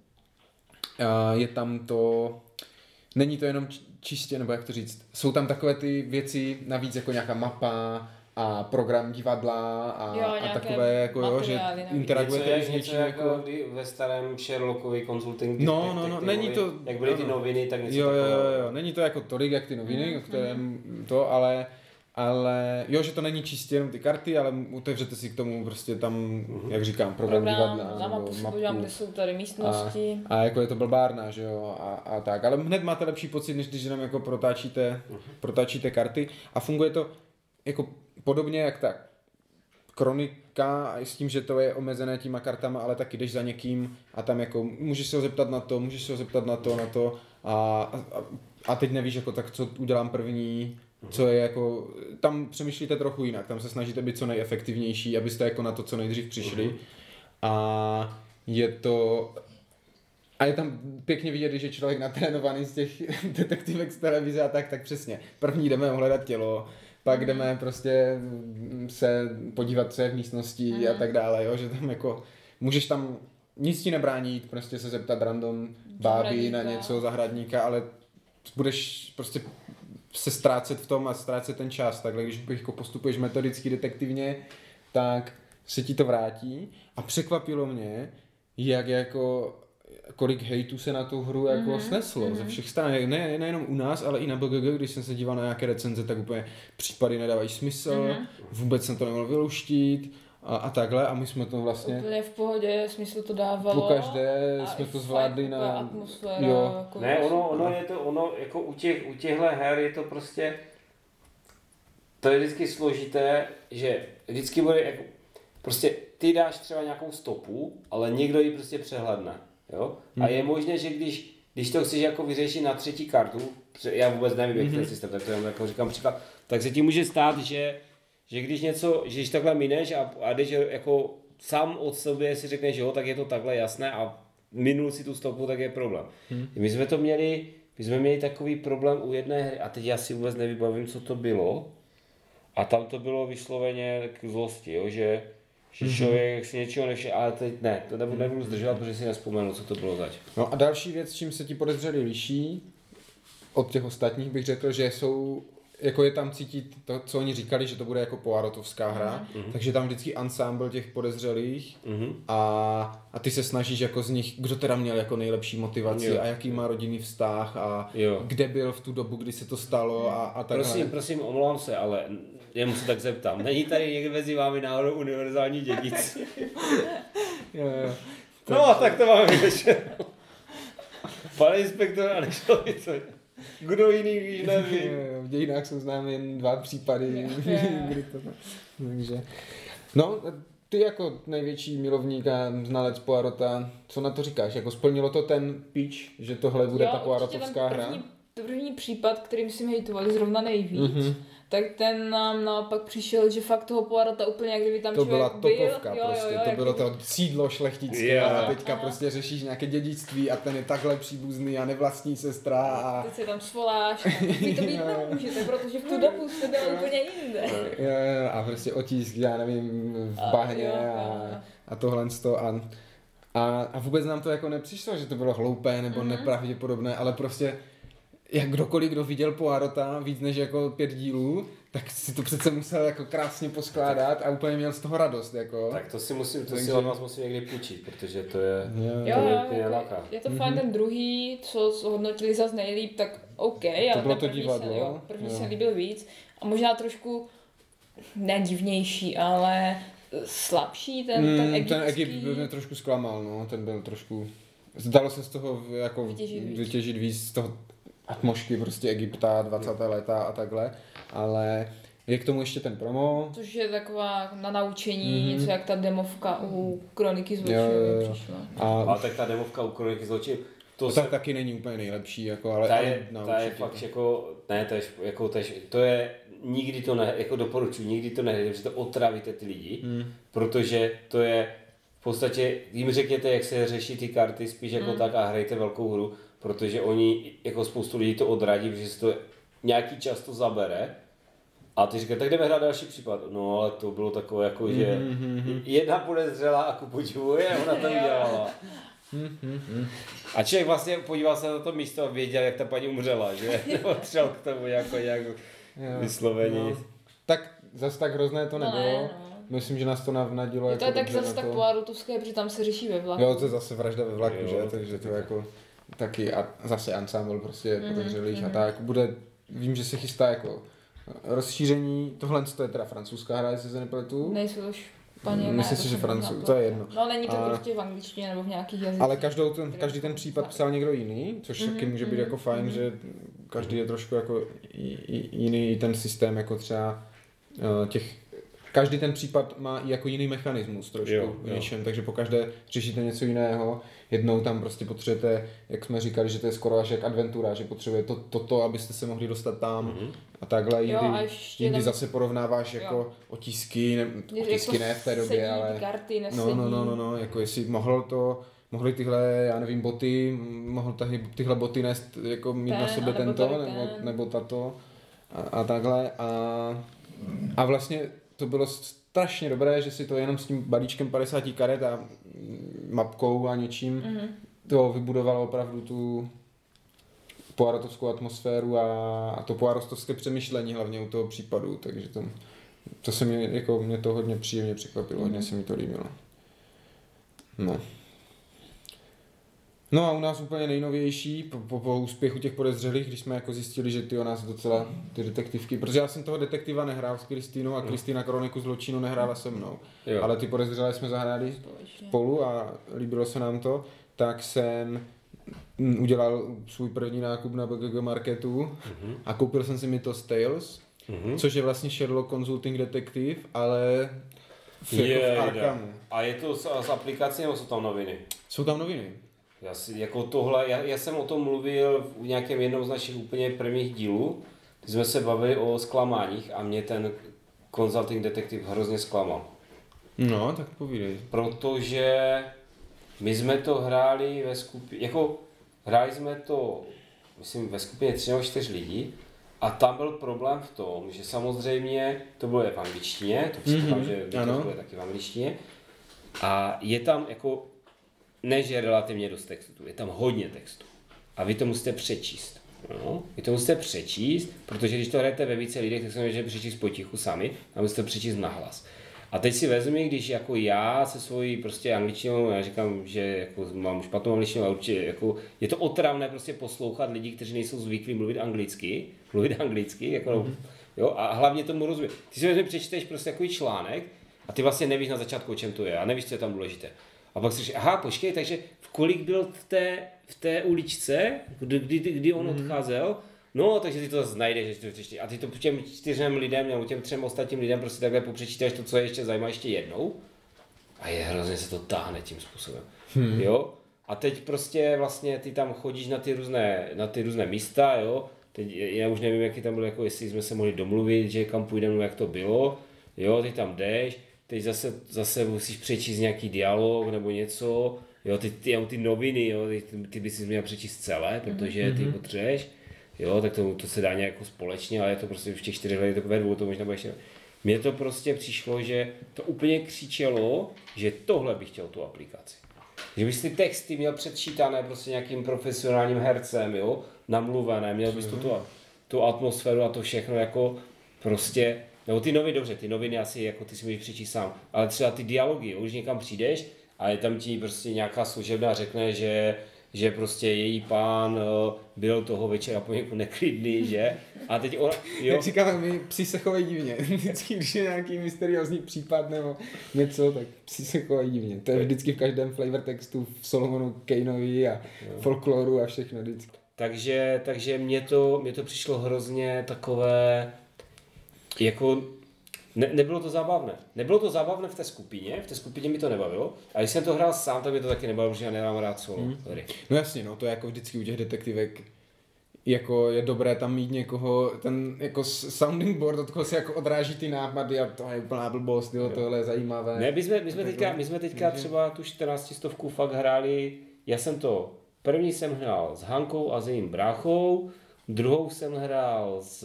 a je tam to, není to jenom čistě, nebo jak to říct, jsou tam takové ty věci navíc jako nějaká mapa a program divadla a, jo, a takové jako jo, že interagujete s něčím jako, jako ve starém Sherlockovi konzultingu. No, no, no, není to... Jak byly ty noviny, tak něco jo, jo, takového. Jo, jo, není to jako tolik jak ty noviny, mm, které mm. to, ale ale jo, že to není čistě jenom ty karty, ale otevřete si k tomu prostě tam, mm-hmm. jak říkám, program, program divadla. Na mapu se podívám, kde jsou tady místnosti. A, a jako je to blbárna, že jo, a, a tak. Ale hned máte lepší pocit, než když jenom jako protáčíte, mm-hmm. protáčíte karty. A funguje to jako podobně jak tak kronika, a s tím, že to je omezené těma kartama, ale taky jdeš za někým a tam jako můžeš se ho zeptat na to, můžeš se ho zeptat na to, na to a, a, a teď nevíš jako tak, co udělám první, co je jako, tam přemýšlíte trochu jinak, tam se snažíte být co nejefektivnější, abyste jako na to co nejdřív přišli a je to, a je tam pěkně vidět, že člověk natrénovaný z těch detektivek z televize a tak, tak přesně, první jdeme ohledat tělo, pak jdeme prostě se podívat, co je v místnosti mm. a tak dále, jo, že tam jako, můžeš tam, nic ti nebrání jít, prostě se zeptat random báby na něco, zahradníka, ale budeš prostě se ztrácet v tom a ztrácet ten čas. Takhle, když jako postupuješ metodicky, detektivně, tak se ti to vrátí. A překvapilo mě, jak jako kolik hejtu se na tu hru jako mm-hmm. sneslo mm-hmm. ze všech stran. Ne, nejenom u nás, ale i na B G G, když jsem se díval na nějaké recenze, tak úplně případy nedávají smysl, mm-hmm. vůbec jsem to nemohl vyluštit a, a takhle. A my jsme to vlastně... Úplně v pohodě, smysl to dávalo. Pokaždé jsme to zvládli na... atmosféra. Jo. Jako ne, ono, ono je to, ono jako u těch, u těchhle her je to prostě... To je vždycky složité, že vždycky bude jako... Prostě ty dáš třeba nějakou stopu, ale někdo ji prostě přehledne. Jo? A je možné, že když, když to chceš jako vyřešit na třetí kartu, já vůbec nevím, jak mm-hmm. ten systém, tak to jenom jako říkám příklad, tak se ti může stát, že, že když něco, že když takhle mineš a, a jdeš jako sám od sebe si řekneš, že jo, tak je to takhle jasné a minul si tu stopu, tak je problém. Mm. My jsme to měli, my jsme měli takový problém u jedné hry a teď já si vůbec nevybavím, co to bylo a tam to bylo vysloveně k zlosti, jo, že Že člověk si něčeho nevšiml, ale teď ne, to nebudu, nebudu zdržovat, protože si nespomenu, co to bylo zač. No a další věc, čím se ti podezřelí liší od těch ostatních, bych řekl, že jsou, jako je tam cítit to, co oni říkali, že to bude jako Poirotovská hra, mm-hmm. takže tam vždycky ansámbl těch podezřelých mm-hmm. a, a ty se snažíš jako z nich, kdo teda měl jako nejlepší motivaci jo. a jaký má rodinný vztah a jo. kde byl v tu dobu, kdy se to stalo a, a takhle. Prosím, prosím, omlouvám se, ale jenom se tak zeptám. Není tady někde mezi vámi náhodou univerzální dědic? jo, jo. No, tak to máme vyřešeno. Pane inspektor, a nešlo by to. Kdo jiný víš, nevím. V dějinách jsou známy jen dva případy. Kdy to... Takže... No, ty jako největší milovník a znalec Poirota, co na to říkáš? Jako splnilo to ten pitch, že tohle bude jo, ta Poirotovská hra? První, první případ, kterým si mi hejtovali zrovna nejvíc, mm-hmm. tak ten nám naopak přišel, že fakt toho Poirota úplně, jak kdyby tam to člověk byl. To byla topovka jo, prostě, jo, jo, to bylo to sídlo šlechtické jo. a teďka aha. prostě řešíš nějaké dědictví a ten je takhle příbuzný a nevlastní sestra a... Teď se tam svoláš a vy to být nemůžete, protože v tu dobu jste byl úplně jinde. Jo, jo, a prostě otisk, já nevím, v bahně a, a, a tohle a, a, a vůbec nám to jako nepřišlo, že to bylo hloupé nebo mm-hmm. nepravděpodobné, ale prostě jak kdokoliv, kdo viděl Poirota víc než jako pět dílů, tak si to přece musel jako krásně poskládat a úplně měl z toho radost, jako. Tak to si musím, to Takže... si od vás musím někdy půjčit, protože to je, jo, to jo, je jo, jako, je to mm-hmm. fajn, ten druhý, co hodnotili zas nejlíp, tak OK, ale to bylo ten to první, divadlo, se, jo, první jo. se líbil víc a možná trošku ne divnější, ale slabší ten, mm, ten egyptský. Ten Egypt byl mě trošku zklamal, no, ten byl trošku, zdalo se z toho jako vytěžit, vytěžit víc z toho atmosféry prostě Egypta, dvacátá léta a takhle, ale je k tomu ještě ten promo. Což je taková na naučení, mm-hmm. něco jak ta demovka u Kroniky zločinu přišla. A... Ale tak ta demovka u Kroniky zločinu, to, to se... taky není úplně nejlepší, jako, ale... Ta je, ale ta je fakt jako, ne, to je, jako, to je, to je nikdy to ne, jako doporučuji, nikdy to nehrajte, protože to otravíte ty lidi, mm. protože to je v podstatě, jim řekněte, jak se řeší ty karty, spíš jako mm. tak a hrajte velkou hru, protože oni, jako spoustu lidí to odradí, protože se to nějaký čas to zabere a ty říkají, tak jdeme hrát další případ. No ale to bylo takové jako, že mm-hmm. jedna podezřelá a ku podivu je, ona to udělala. Mm-hmm. A člověk vlastně podíval se na to místo a věděl, jak ta paní umřela, že? Nebo třeba k tomu jako nějak vyslovení. No. Tak zase tak hrozné to nebylo. No, ne, no. Myslím, že nás to navnadilo. Je to jako je tak zase tak Poirotovské, protože tam se řeší ve vlaku. Jo, to je zase vražda ve vlaku, jo, že? Takže to jako taky a zase ansámbl prostě mm-hmm, podezřelých mm-hmm. a tak bude, vím, že se chystá jako rozšíření, tohle to je teda francouzská hra, jestli se nepletu. Nejsou už paní, myslím si, že francouz, to je jedno. No není to a... prostě v angličtině nebo v nějakých jazycích. Ale každou ten, každý ten případ psal někdo jiný, což mm-hmm, taky může být mm-hmm, jako fajn, mm-hmm. že každý je trošku jako jiný ten systém, jako třeba uh, těch, každý ten případ má i jako jiný mechanismus trošku jo, v něčem, jo. Takže po každé řešíte něco jiného. Jednou tam prostě potřebujete, jak jsme říkali, že to je skoro až jak adventura, že potřebuje to, toto, abyste se mohli dostat tam mm-hmm. a takhle. Jindy, jo, a jindy tam... zase porovnáváš jako jo. otisky, ne, otisky jako ne v té době, ale karty, no, no, no, no, no, jako jestli mohl to, mohli tyhle, já nevím, boty, mohl tahy, tyhle boty nést, jako mít ten, na sobě tento, nebo, nebo tato a, a takhle a, a vlastně to bylo strašně dobré, že si to jenom s tím balíčkem padesáti karet a mapkou a něčím mm-hmm. to vybudovalo opravdu tu poirotovskou atmosféru a, a to poirotovské přemýšlení hlavně u toho případu, takže to, to se mi, jako mě to hodně příjemně překvapilo, hodně se mi to líbilo. No. No a u nás úplně nejnovější, po, po, po úspěchu těch podezřelých, když jsme jako zjistili, že ty o nás docela ty detektivky, protože já jsem toho detektiva nehrál s Kristýnou a Kristýna Kroniku zločinu nehrála se mnou, jo. Ale ty podezřelé jsme zahráli společně. Spolu a líbilo se nám to, tak jsem udělal svůj první nákup na B G G Marketu mm-hmm. a koupil jsem si Mythos Tales, mm-hmm. což je vlastně Sherlock Consulting Detective, ale v, je, jako v Arkhamu. A je to z, z aplikací nebo jsou tam noviny? Jsou tam noviny. Já, si, jako tohle, já, já jsem o tom mluvil v nějakém jednom z našich úplně prvních dílů, kdy jsme se bavili o zklamáních a mě ten Consulting Detective hrozně zklamal. No, tak povídej. Protože my jsme to hráli ve skupině, jako hráli jsme to, myslím, ve skupině tři nebo čtyř lidí a tam byl problém v tom, že samozřejmě to bylo v angličtině, to předpokládám, mm-hmm. že to bylo taky v angličtině a je tam jako ne, že je relativně dost textu, je tam hodně textu a vy to musíte přečíst. No, vy to musíte přečíst, protože když to hrajete ve více lidech, tak se můžete přečíst potichu sami a musíte to přečíst nahlas. A teď si vezmi, když jako já se svojí prostě angličtinou, já říkám, že jako mám špatnou angličtinu, ale určitě jako je to otravné prostě poslouchat lidi, kteří nejsou zvyklí mluvit anglicky, mluvit anglicky, jako mm-hmm. jo, a hlavně tomu rozumím. Ty si vezmi, přečteš prostě takový článek a ty vlastně nevíš na začátku, o čem to je a nevíš, co je tam důležité. A pak si říkáš, aha, počkej, takže v kolik byl v té, v té uličce, kdy, kdy, kdy on mm-hmm. odcházel, no, takže ty to zase najdeš, a ty to těm čtyřem lidem, nebo těm třem ostatním lidem prostě takhle popřečítáš to, co je ještě zajímá ještě jednou a je hrozně se to táhne tím způsobem, hmm. jo. A teď prostě vlastně ty tam chodíš na ty různé, na ty různé místa, jo. Teď já už nevím, jaký tam byl, jako jestli jsme se mohli domluvit, že kam půjdeme, jak to bylo, jo, ty tam jdeš. Teď zase, zase musíš přečíst nějaký dialog nebo něco, jo, ty, ty, ty noviny, jo, ty, ty bys si měl přečíst celé, protože mm-hmm. ty potřebuješ, jo, tak to, to se dá nějak jako společně, ale je to prostě v těch čtyřech letech takové dvou, to možná bude ještě. Mně to prostě přišlo, že to úplně křičelo, že tohle bych chtěl tu aplikaci. Že bys ty texty měl předčítané prostě nějakým profesionálním hercem, jo, namluvené, měl bys tu, tu, tu atmosféru a to všechno jako prostě. Nebo ty noviny, dobře, ty noviny asi jako ty si můžeš přečíst sám, ale třeba ty dialogy, už někam přijdeš a je tam ti prostě nějaká služebná řekne, že, že prostě její pán uh, byl toho večera poněkud neklidný, že? A teď ona, jo. Jak říkáme, my psi se chovají divně. Vždycky, když je nějaký mysteriózní případ nebo něco, tak psi se chovají divně. To je vždycky v každém flavor textu v Solomonu Kaneovi a jo. Folkloru a všechno vždycky. Takže, takže mně to, mně to přišlo hrozně takové. Jako ne, nebylo to zábavné. Nebylo to zábavné v té skupině, v té skupině mi to nebavilo. A když jsem to hrál sám, tak mi to taky nebavilo, protože já nemám rád solo hmm. hry. No jasně, no to je jako vždycky u těch detektivek. Jako je dobré tam mít někoho, ten jako sounding board, od koho se jako odráží ty nápady a to je úplná blbost, jo, tohle je zajímavé. Ne, my jsme, my jsme teďka, my jsme teďka třeba tu čtrnáctistovku fakt hráli, já jsem to, první jsem hrál s Hankou a s jejím bráchou, druhou jsem hrál s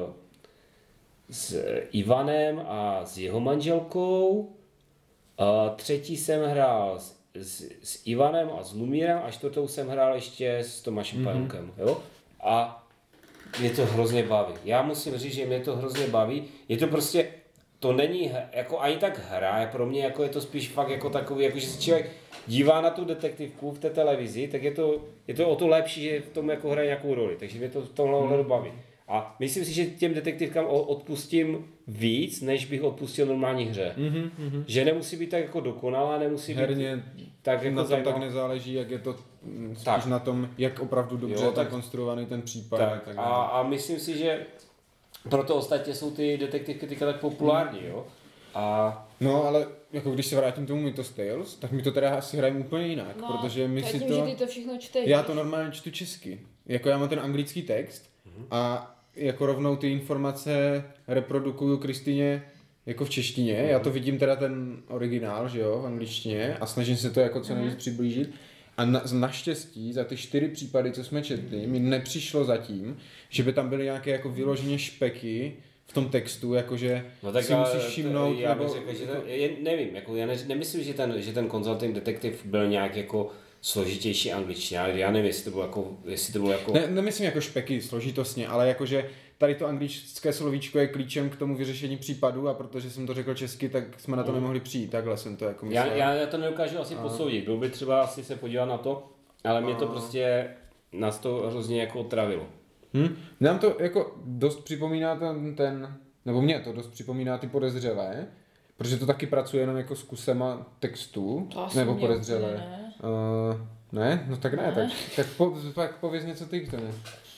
s Ivanem a s jeho manželkou, a třetí jsem hrál s, s, s Ivanem a s Lumírem a čtvrtou jsem hrál ještě s Tomášem mm-hmm. Pajonkem, jo? A mě to hrozně baví. Já musím říct, že mě to hrozně baví. Je to prostě, to není jako ani tak hra, pro mě jako je to spíš fakt jako takový, jako že se člověk dívá na tu detektivku v té televizi, tak je to, je to o to lepší, že v tom jako hraje nějakou roli, takže mě to v tomhle ohledu mm. baví. A myslím si, že těm detektivkám odpustím víc, než bych odpustil normální hře. Mm-hmm, mm-hmm. Že nemusí být tak jako dokonalá, nemusí herně být tak jako na tom zajímavá. Tak nezáleží, jak je to spíš tak. na tom, jak opravdu dobře jo, je tak konstruovaný ten případ. Tak. Tak a, a myslím si, že proto ostatně jsou ty detektivky teďka tak populární, jo. A no, ale jako když se vrátím k tomu Mythos Tales, tak my to teda asi hrajeme úplně jinak, no, protože my si tím, to... že ty to všechno čteš. Já to normálně čtu česky. Jako já mám ten anglický text mm-hmm. a jako rovnou ty informace reprodukuju Kristýně jako v češtině. Mm-hmm. Já to vidím teda ten originál, že jo, v angličtině a snažím se to jako co nejvíc mm-hmm. přiblížit. A na, naštěstí za ty čtyři případy, co jsme četli, mi nepřišlo zatím, že by tam byly nějaké jako vyloženě špeky v tom textu, jakože no tak si musíš všimnout, já nebo... Řekl, že to, je, nevím, jako já ne, nemyslím, že ten, že ten Consulting Detective byl nějak jako složitější angličtina, já nevím, jestli to bylo jako... Jestli to bylo jako... Ne, nemyslím jako špeky složitostně, ale jakože tady to anglické slovíčko je klíčem k tomu vyřešení případu a protože jsem to řekl česky, tak jsme na to nemohli přijít, takhle jsem to jako myslel. Já, já to nedokážu asi posoudit, byl by třeba asi se podívat na to, ale mě to prostě nás to hrozně jako otravilo. Hm? Nám to jako dost připomíná ten, ten, nebo mě to dost připomíná ty podezřelé, protože to taky pracuje jenom jako s kusema textu, nebo podezřelé. Ne. Uh, ne? No tak ne, ne. tak, tak, po, tak pověz něco ty k tomu.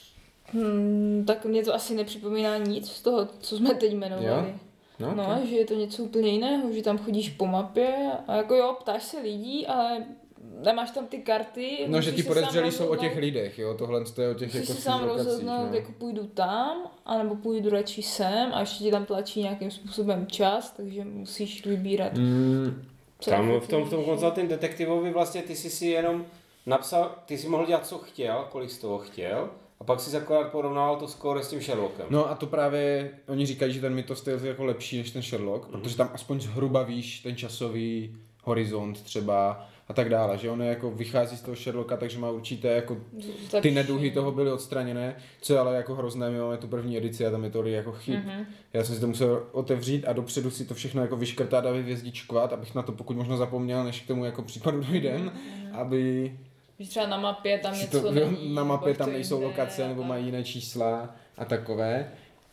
Hmm, tak mě to asi nepřipomíná nic z toho, co jsme teď jmenovali. Jo? No, No, no okay. že je to něco úplně jiného, že tam chodíš po mapě a jako jo, ptáš se lidí, ale nemáš tam ty karty. No, že ti se podezřelí sám jsou o těch rozhodnout- lidech, jo, tohle to je o těch Musíš jako si sám lokacích, rozhodnout, no. jako půjdu tam, anebo půjdu radši sem a ještě ti tam tlačí nějakým způsobem čas, takže musíš vybírat. Mm, co Tam je v tom, v tom efektivnější. konzultním detektivovi vlastně ty jsi si jenom napsal, ty jsi mohl dělat co chtěl, kolik z toho chtěl a pak si akorát porovnával to skóre s tím Sherlockem. No a to právě, oni říkají, že ten Mythos Tales je jako lepší než ten Sherlock, mm. protože tam aspoň zhruba víš ten časový horizont třeba a tak dále, že on je jako vychází z toho Sherlocka, takže má určité jako Tak- ty neduhy toho byly odstraněné, co je ale jako hrozné, my máme tu první edici a tam je tolik jako chyb. Mhm. Já jsem si to musel otevřít a dopředu si to všechno jako vyškrtat a vyvězdičkovat, abych na to pokud možno zapomněl, než k tomu jako případu dojdem, aby Že třeba na mapě tam si něco to, není. na mapě nebo tam to nejsou jinde lokace a nebo tak. mají jiné čísla a takové,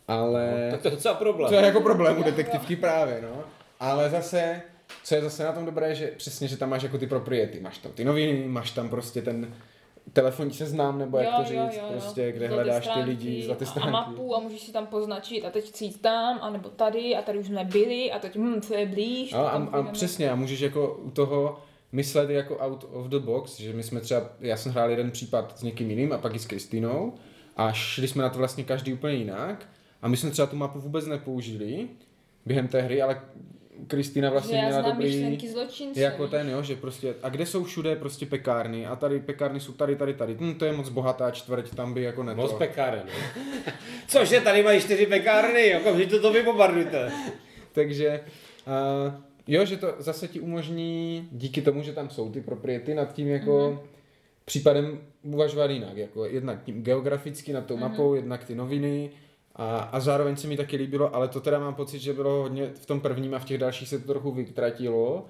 ale Tak to je docela problém. to je jako problém u detektivky právě, no. Ale zase, co je zase na tom dobré, že přesně, že tam máš jako ty propriety, máš tam ty noviny, máš tam prostě ten telefonní seznam, nebo jak Jo, to říct, jo, jo, jo. prostě, kde Zlaté hledáš ty stránky lidi, zlaté a- stránky. A mapu a můžeš si tam poznačit a teď chci jít tam, anebo tady a tady už jsme byli a teď hm, co je blíž. No, tak a, tam a půjdeme. přesně, a můžeš jako u toho myslet jako out of the box, že my jsme třeba, já jsem hrál jeden případ s někým jiným a pak i s Kristýnou a šli jsme na to vlastně každý úplně jinak a my jsme třeba tu mapu vůbec nepoužili během té hry, ale Kristýna vlastně že já měla znám dobrý, myšlenky zločince. jako ten, jo, že prostě, a kde jsou všude prostě pekárny a tady pekárny jsou tady, tady, tady, hm, to je moc bohatá čtvrť, tam by jako ne Moc to. pekáren, no. Cože, tady mají čtyři pekárny, okamžitě to vybombardujte. Takže uh, jo, že to zase ti umožní, díky tomu, že tam jsou ty propriety, nad tím jako mm. případem uvažovat jinak, jako jednak tím geograficky nad tou mm. mapou, jednak ty noviny a, a zároveň se mi taky líbilo, ale to teda mám pocit, že bylo hodně v tom prvním a v těch dalších se to trochu vytratilo,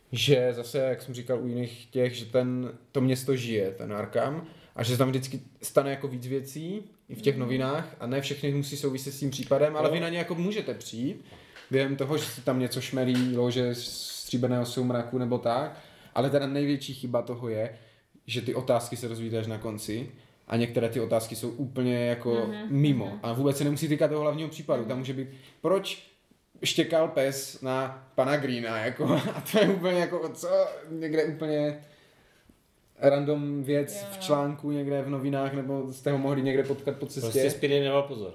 že zase, jak jsem říkal u jiných těch, že ten, to město žije, ten Arkham, a že tam vždycky stane jako víc věcí i v těch novinách a ne všechny musí souviset s tím případem, ale vy na ně jako můžete přijít během toho, že si tam něco šmelí, lože stříbrného soumraku nebo tak, ale teda největší chyba toho je, že ty otázky se dozvíte až na konci a některé ty otázky jsou úplně jako mm-hmm. mimo a vůbec se nemusí týkat toho hlavního případu, tam může být, proč štěkal pes na pana Greena, jako, a to je úplně jako, co, někde úplně random věc Jo, jo. v článku někde v novinách, nebo jste ho mohli někde potkat po cestě. Prostě Spiny neval pozor.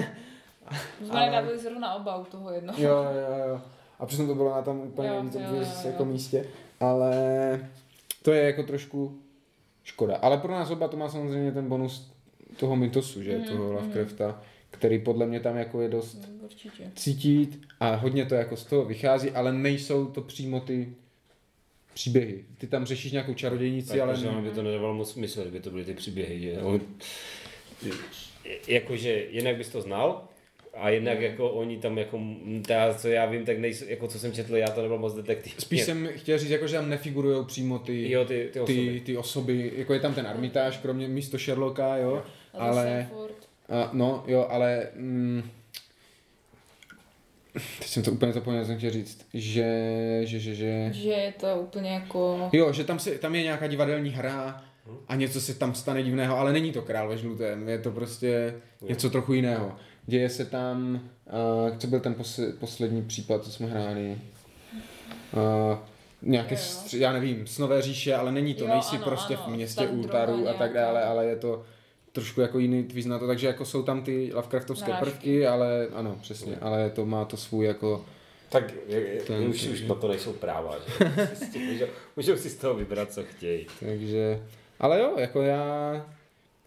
My jsme nedávali zrovna oba u toho jednoho. Jo, jo, jo. A přesně to bylo na tom úplně Jo, víc jo, obvious jo, jako jo. místě, ale to je jako trošku škoda. Ale pro nás oba to má samozřejmě ten bonus toho mytosu, že, Mhm, toho mhm. Lovecrafta, který podle mě tam jako je dost Mm, Určitě. cítit a hodně to jako z toho vychází, ale nejsou to přímo ty příběhy. Ty tam řešíš nějakou čarodějnici, ale... Takže by to nedávalo moc smysl, kdyby to byly ty příběhy, že? On, jakože jinak bys to znal, a jednak jako oni tam jako, ta, co já vím, tak nejsou, jako co jsem četl, já to nebyl moc detektiv. Spíš jsem chtěl říct, jako, že tam nefigurujou přímo ty, Jo, ty, ty osoby. ty, ty osoby, jako je tam ten Armitage, kromě místo Sherlocka, jo, A ale... A, no, jo, ale... Mm, teď jsem to úplně zapomněl, jsem chtěl říct, že, že, že, že... Že je to úplně jako... Jo, že tam, se, tam je nějaká divadelní hra a něco se tam stane divného, ale není to Král ve žlutém, je to prostě něco trochu jiného. Děje se tam, uh, co byl ten posl- poslední případ, co jsme hráli, uh, nějaké, Jo, jo. stři- já nevím, snové říše, ale není to, Jo, nejsi ano, prostě ano, v městě Stark Ultaru droga a tak nějaká. dále, ale je to trošku jako jiný twist na to, takže jako jsou tam ty Lovecraftovské Narážky. prvky, ale ano, přesně, ale to má to svůj jako... Tak je, je, Ten- už, už na to nejsou práva, že? můžou, můžou si z toho vybrat, co chtějí. Takže, ale jo, jako já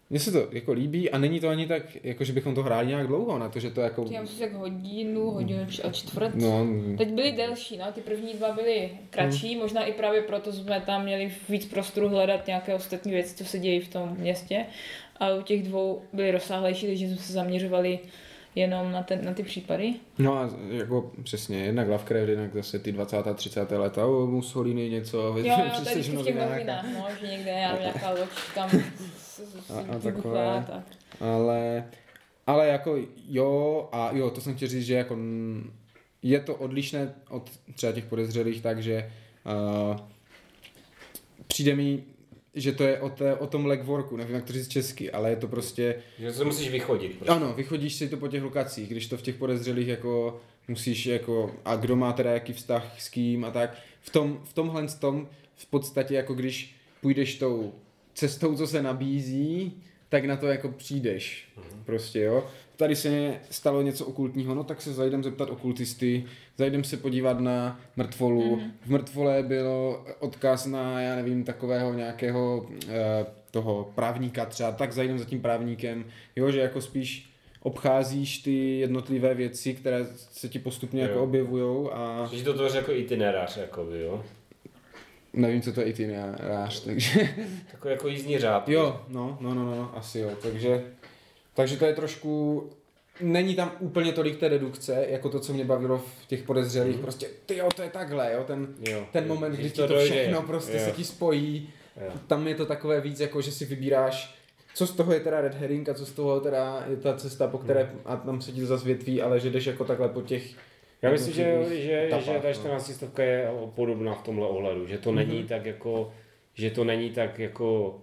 mně se to jako líbí a není to ani tak, jako že bychom to hráli nějak dlouho na to, že to jako... Já myslím, jak hodinu, hodinu a čtvrt. No. Teď byly delší, no, ty první dva byly kratší, hmm. možná i právě proto jsme tam měli víc prostoru hledat nějaké ostatní věci, co se dějí v tom městě. A u těch dvou byly rozsáhlejší, takže jsme se zaměřovali jenom na, ten, na ty případy. No a jako přesně, jednak Lovecraft, jednak zase ty dvacátá třicátá leta, o Mussolini něco. Jo, jo, tady v těch novinách, no, že někde já nějaká loď tam vybuchla. Tak. Ale, ale jako jo, a jo, to jsem chtěl říct, že jako je to odlišné od třeba těch podezřelých, takže uh, přijde mi, že to je o, té, o tom legworku, nevím jak to říct česky, ale je to prostě... Že to musíš vychodit. Prostě. Ano, vychodíš si to po těch lokacích, když to v těch podezřelých jako musíš jako, a kdo má teda jaký vztah s kým a tak. V, tom, v tomhle tom v podstatě jako když půjdeš tou cestou, co se nabízí, tak na to jako přijdeš. Mhm. Prostě jo. Tady se stalo něco okultního, no tak se zajdem zeptat okultisty, zajdem se podívat na mrtvolu. Mm. V mrtvole bylo odkaz na, já nevím, takového nějakého eh, toho právníka třeba, tak zajdem za tím právníkem, jo, že jako spíš obcházíš ty jednotlivé věci, které se ti postupně jo. jako objevujou a... Že to tvoří jako itinerář, jakoby, jo? Nevím, co to je itinerář, takže... Takový jako jízdní řád. Jo, no, no, no, no, asi jo, takže... Takže to je trošku, není tam úplně tolik té dedukce, jako to, co mě bavilo v těch podezřelých, mm. prostě ty jo, to je takhle, jo, ten, jo, ten moment, kdy ti to, to všechno prostě jo. se ti spojí, jo. Tam je to takové víc, jako že si vybíráš, co z toho je teda red herring a co z toho teda je ta cesta, po které, mm. a tam se ti to zase větví, ale že jdeš jako takhle po těch... Já myslím, že, že, tapách, že ta čtrnáctistovka je podobná v tomhle ohledu, že to mm-hmm. není tak jako, že to není tak jako,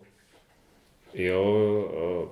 jo...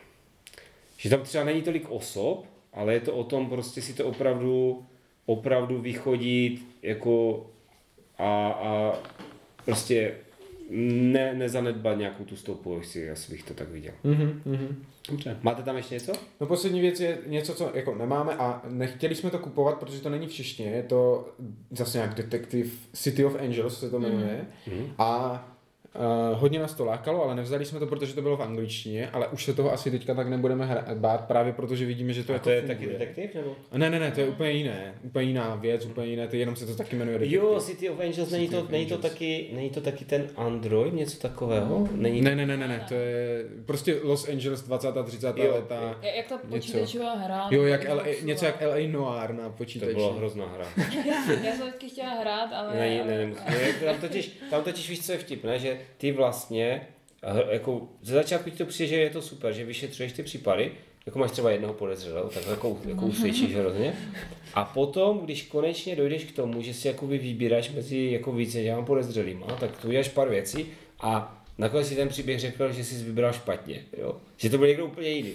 Že tam třeba není tolik osob, ale je to o tom prostě si to opravdu, opravdu vychodit jako a, a prostě ne, nezanedbat nějakou tu stopu, jestli asi bych to tak viděl. Mm-hmm, mm-hmm. Dobře. Máte tam ještě něco? No poslední věc je něco, co jako nemáme a nechtěli jsme to kupovat, protože to není v češtině, je to zase nějak Detective City of Angels se to jmenuje mm-hmm. a Uh, hodně nás to lákalo, ale nevzali jsme to, protože to bylo v angličtině, ale už se toho asi teďka tak nebudeme hrát, bát právě protože vidíme, že to a jako to je funguje. taky detektiv, nebo? Ne, ne, ne, to je úplně jiné, úplně jiná věc, úplně jiné, to jenom se to taky jmenuje detektiv. Jo, City of Angels, City není, to, of není, Angels. To taky, není to taky ten Android, něco takového? Není ne, ne, ne, ne, ne, to je prostě Los Angeles dvacátá třicátá jo, leta. Jo. Jak ta počítačová hra. Jo, jak L A, něco jak L A Noir na počítači. To byla hrozná hra. Já jsem vždycky chtěla hrát, ale... Ne, ne, nemusím. Tam totiž, tam totiž víš, co je vtipné, že ty vlastně jako ze začátku ti to přijde, že je to super, že vyšetřuješ ty případy, jako máš třeba jednoho podezřelého, tak jako, jako usvědčíš hrozně. A potom, když konečně dojdeš k tomu, že si jakoby vybíráš mezi jako více těma podezřelýma, tak tu uděláš pár věcí a nakonec si ten příběh řekl, že jsi vybral špatně, jo? Že to byl někdo úplně jiný.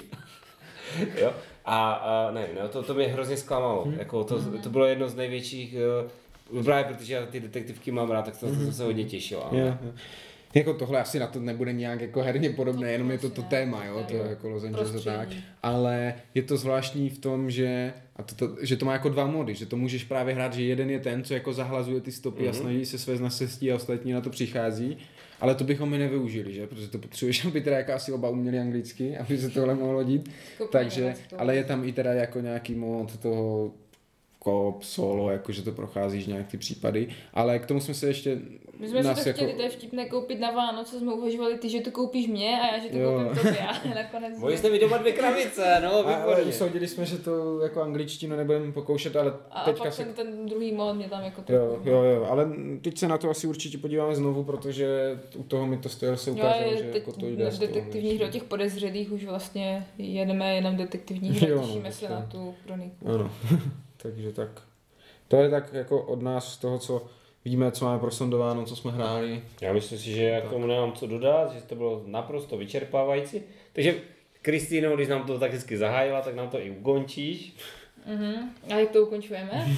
Jo? A, a nevím, no, to, to mě hrozně zklamalo, hmm. jako to, to bylo jedno z největších, právě protože já ty detektivky mám rád, tak to, to, to se hodně těšilo. Ale... Yeah, yeah. Jako tohle asi na to nebude nějak jako herně podobné, jenom je to to téma, jo, to jako Los Angeles tak, ale je to zvláštní v tom, že, a to, to, že to má jako dva mody, že to můžeš právě hrát, že jeden je ten, co jako zahlazuje ty stopy mm-hmm. a snaží se své znasestí a ostatní na to přichází, ale to bychom my nevyužili, že, protože to potřebuješ, aby teda jako asi oba uměli anglicky, aby se tohle mohlo dít, takže, ale je tam i teda jako nějaký mod toho koop, solo, jakože to procházíš nějak ty případy, ale k tomu jsme se ještě... My jsme si to chtěli, jako... to je vtipné koupit na Vánoce, jsme uvažovali ty, že to koupíš mě a já, že to jo. koupím tobě a nakonec... Mohli jste mi doma dvě krabice, no, výborně. Ale usoudili jsme, že to jako angličtinu nebudeme pokoušet, ale a teďka pak se... ten, ten druhý mod mě tam jako... Jo, jo, jo, ale teď se na to asi určitě podíváme znovu, protože u toho mi to stojí se ukázalo, že jako to jde v detektivních hry těch podezřelých už vlastně jedeme jenom detektivní hry, těšíme se na tu kroniku. Ano, takže tak. To je tak jako od nás z toho, co víme, co máme prosondováno, co jsme hráli. Já myslím si, že já k tomu nemám co dodat, že to bylo naprosto vyčerpávající. Takže Kristýno, když nám to tak hezky zahájila, tak nám to i ukončíš. Uh-huh. A jak to ukončujeme?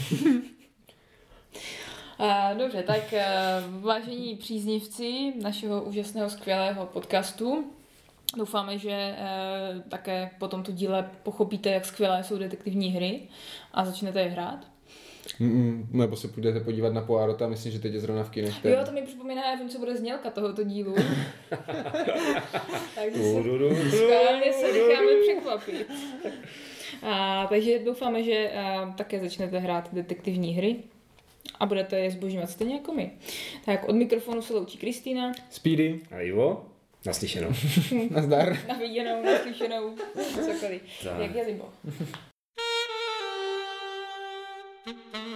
uh, dobře, tak uh, vážení příznivci našeho úžasného, skvělého podcastu, doufáme, že uh, také po tomto díle pochopíte, jak skvělé jsou detektivní hry a začnete je hrát. Mm, nebo se půjdete podívat na Poirota, myslím, že teď je zrovna v kinech. Ten... Jo, to mi připomíná, já vím, co bude znělka tohoto dílu. Takže se, skvělně se necháme překvapit. A, takže doufáme, že a, také začnete hrát detektivní hry a budete je zbožňovat stejně jako my. Tak od mikrofonu se loučí Kristýna. Speedy. A Ivo. Naslyšenou. Nazdar. Na viděnou, naslyšenou, cokoliv. Tak. Jak je libo. Thank you.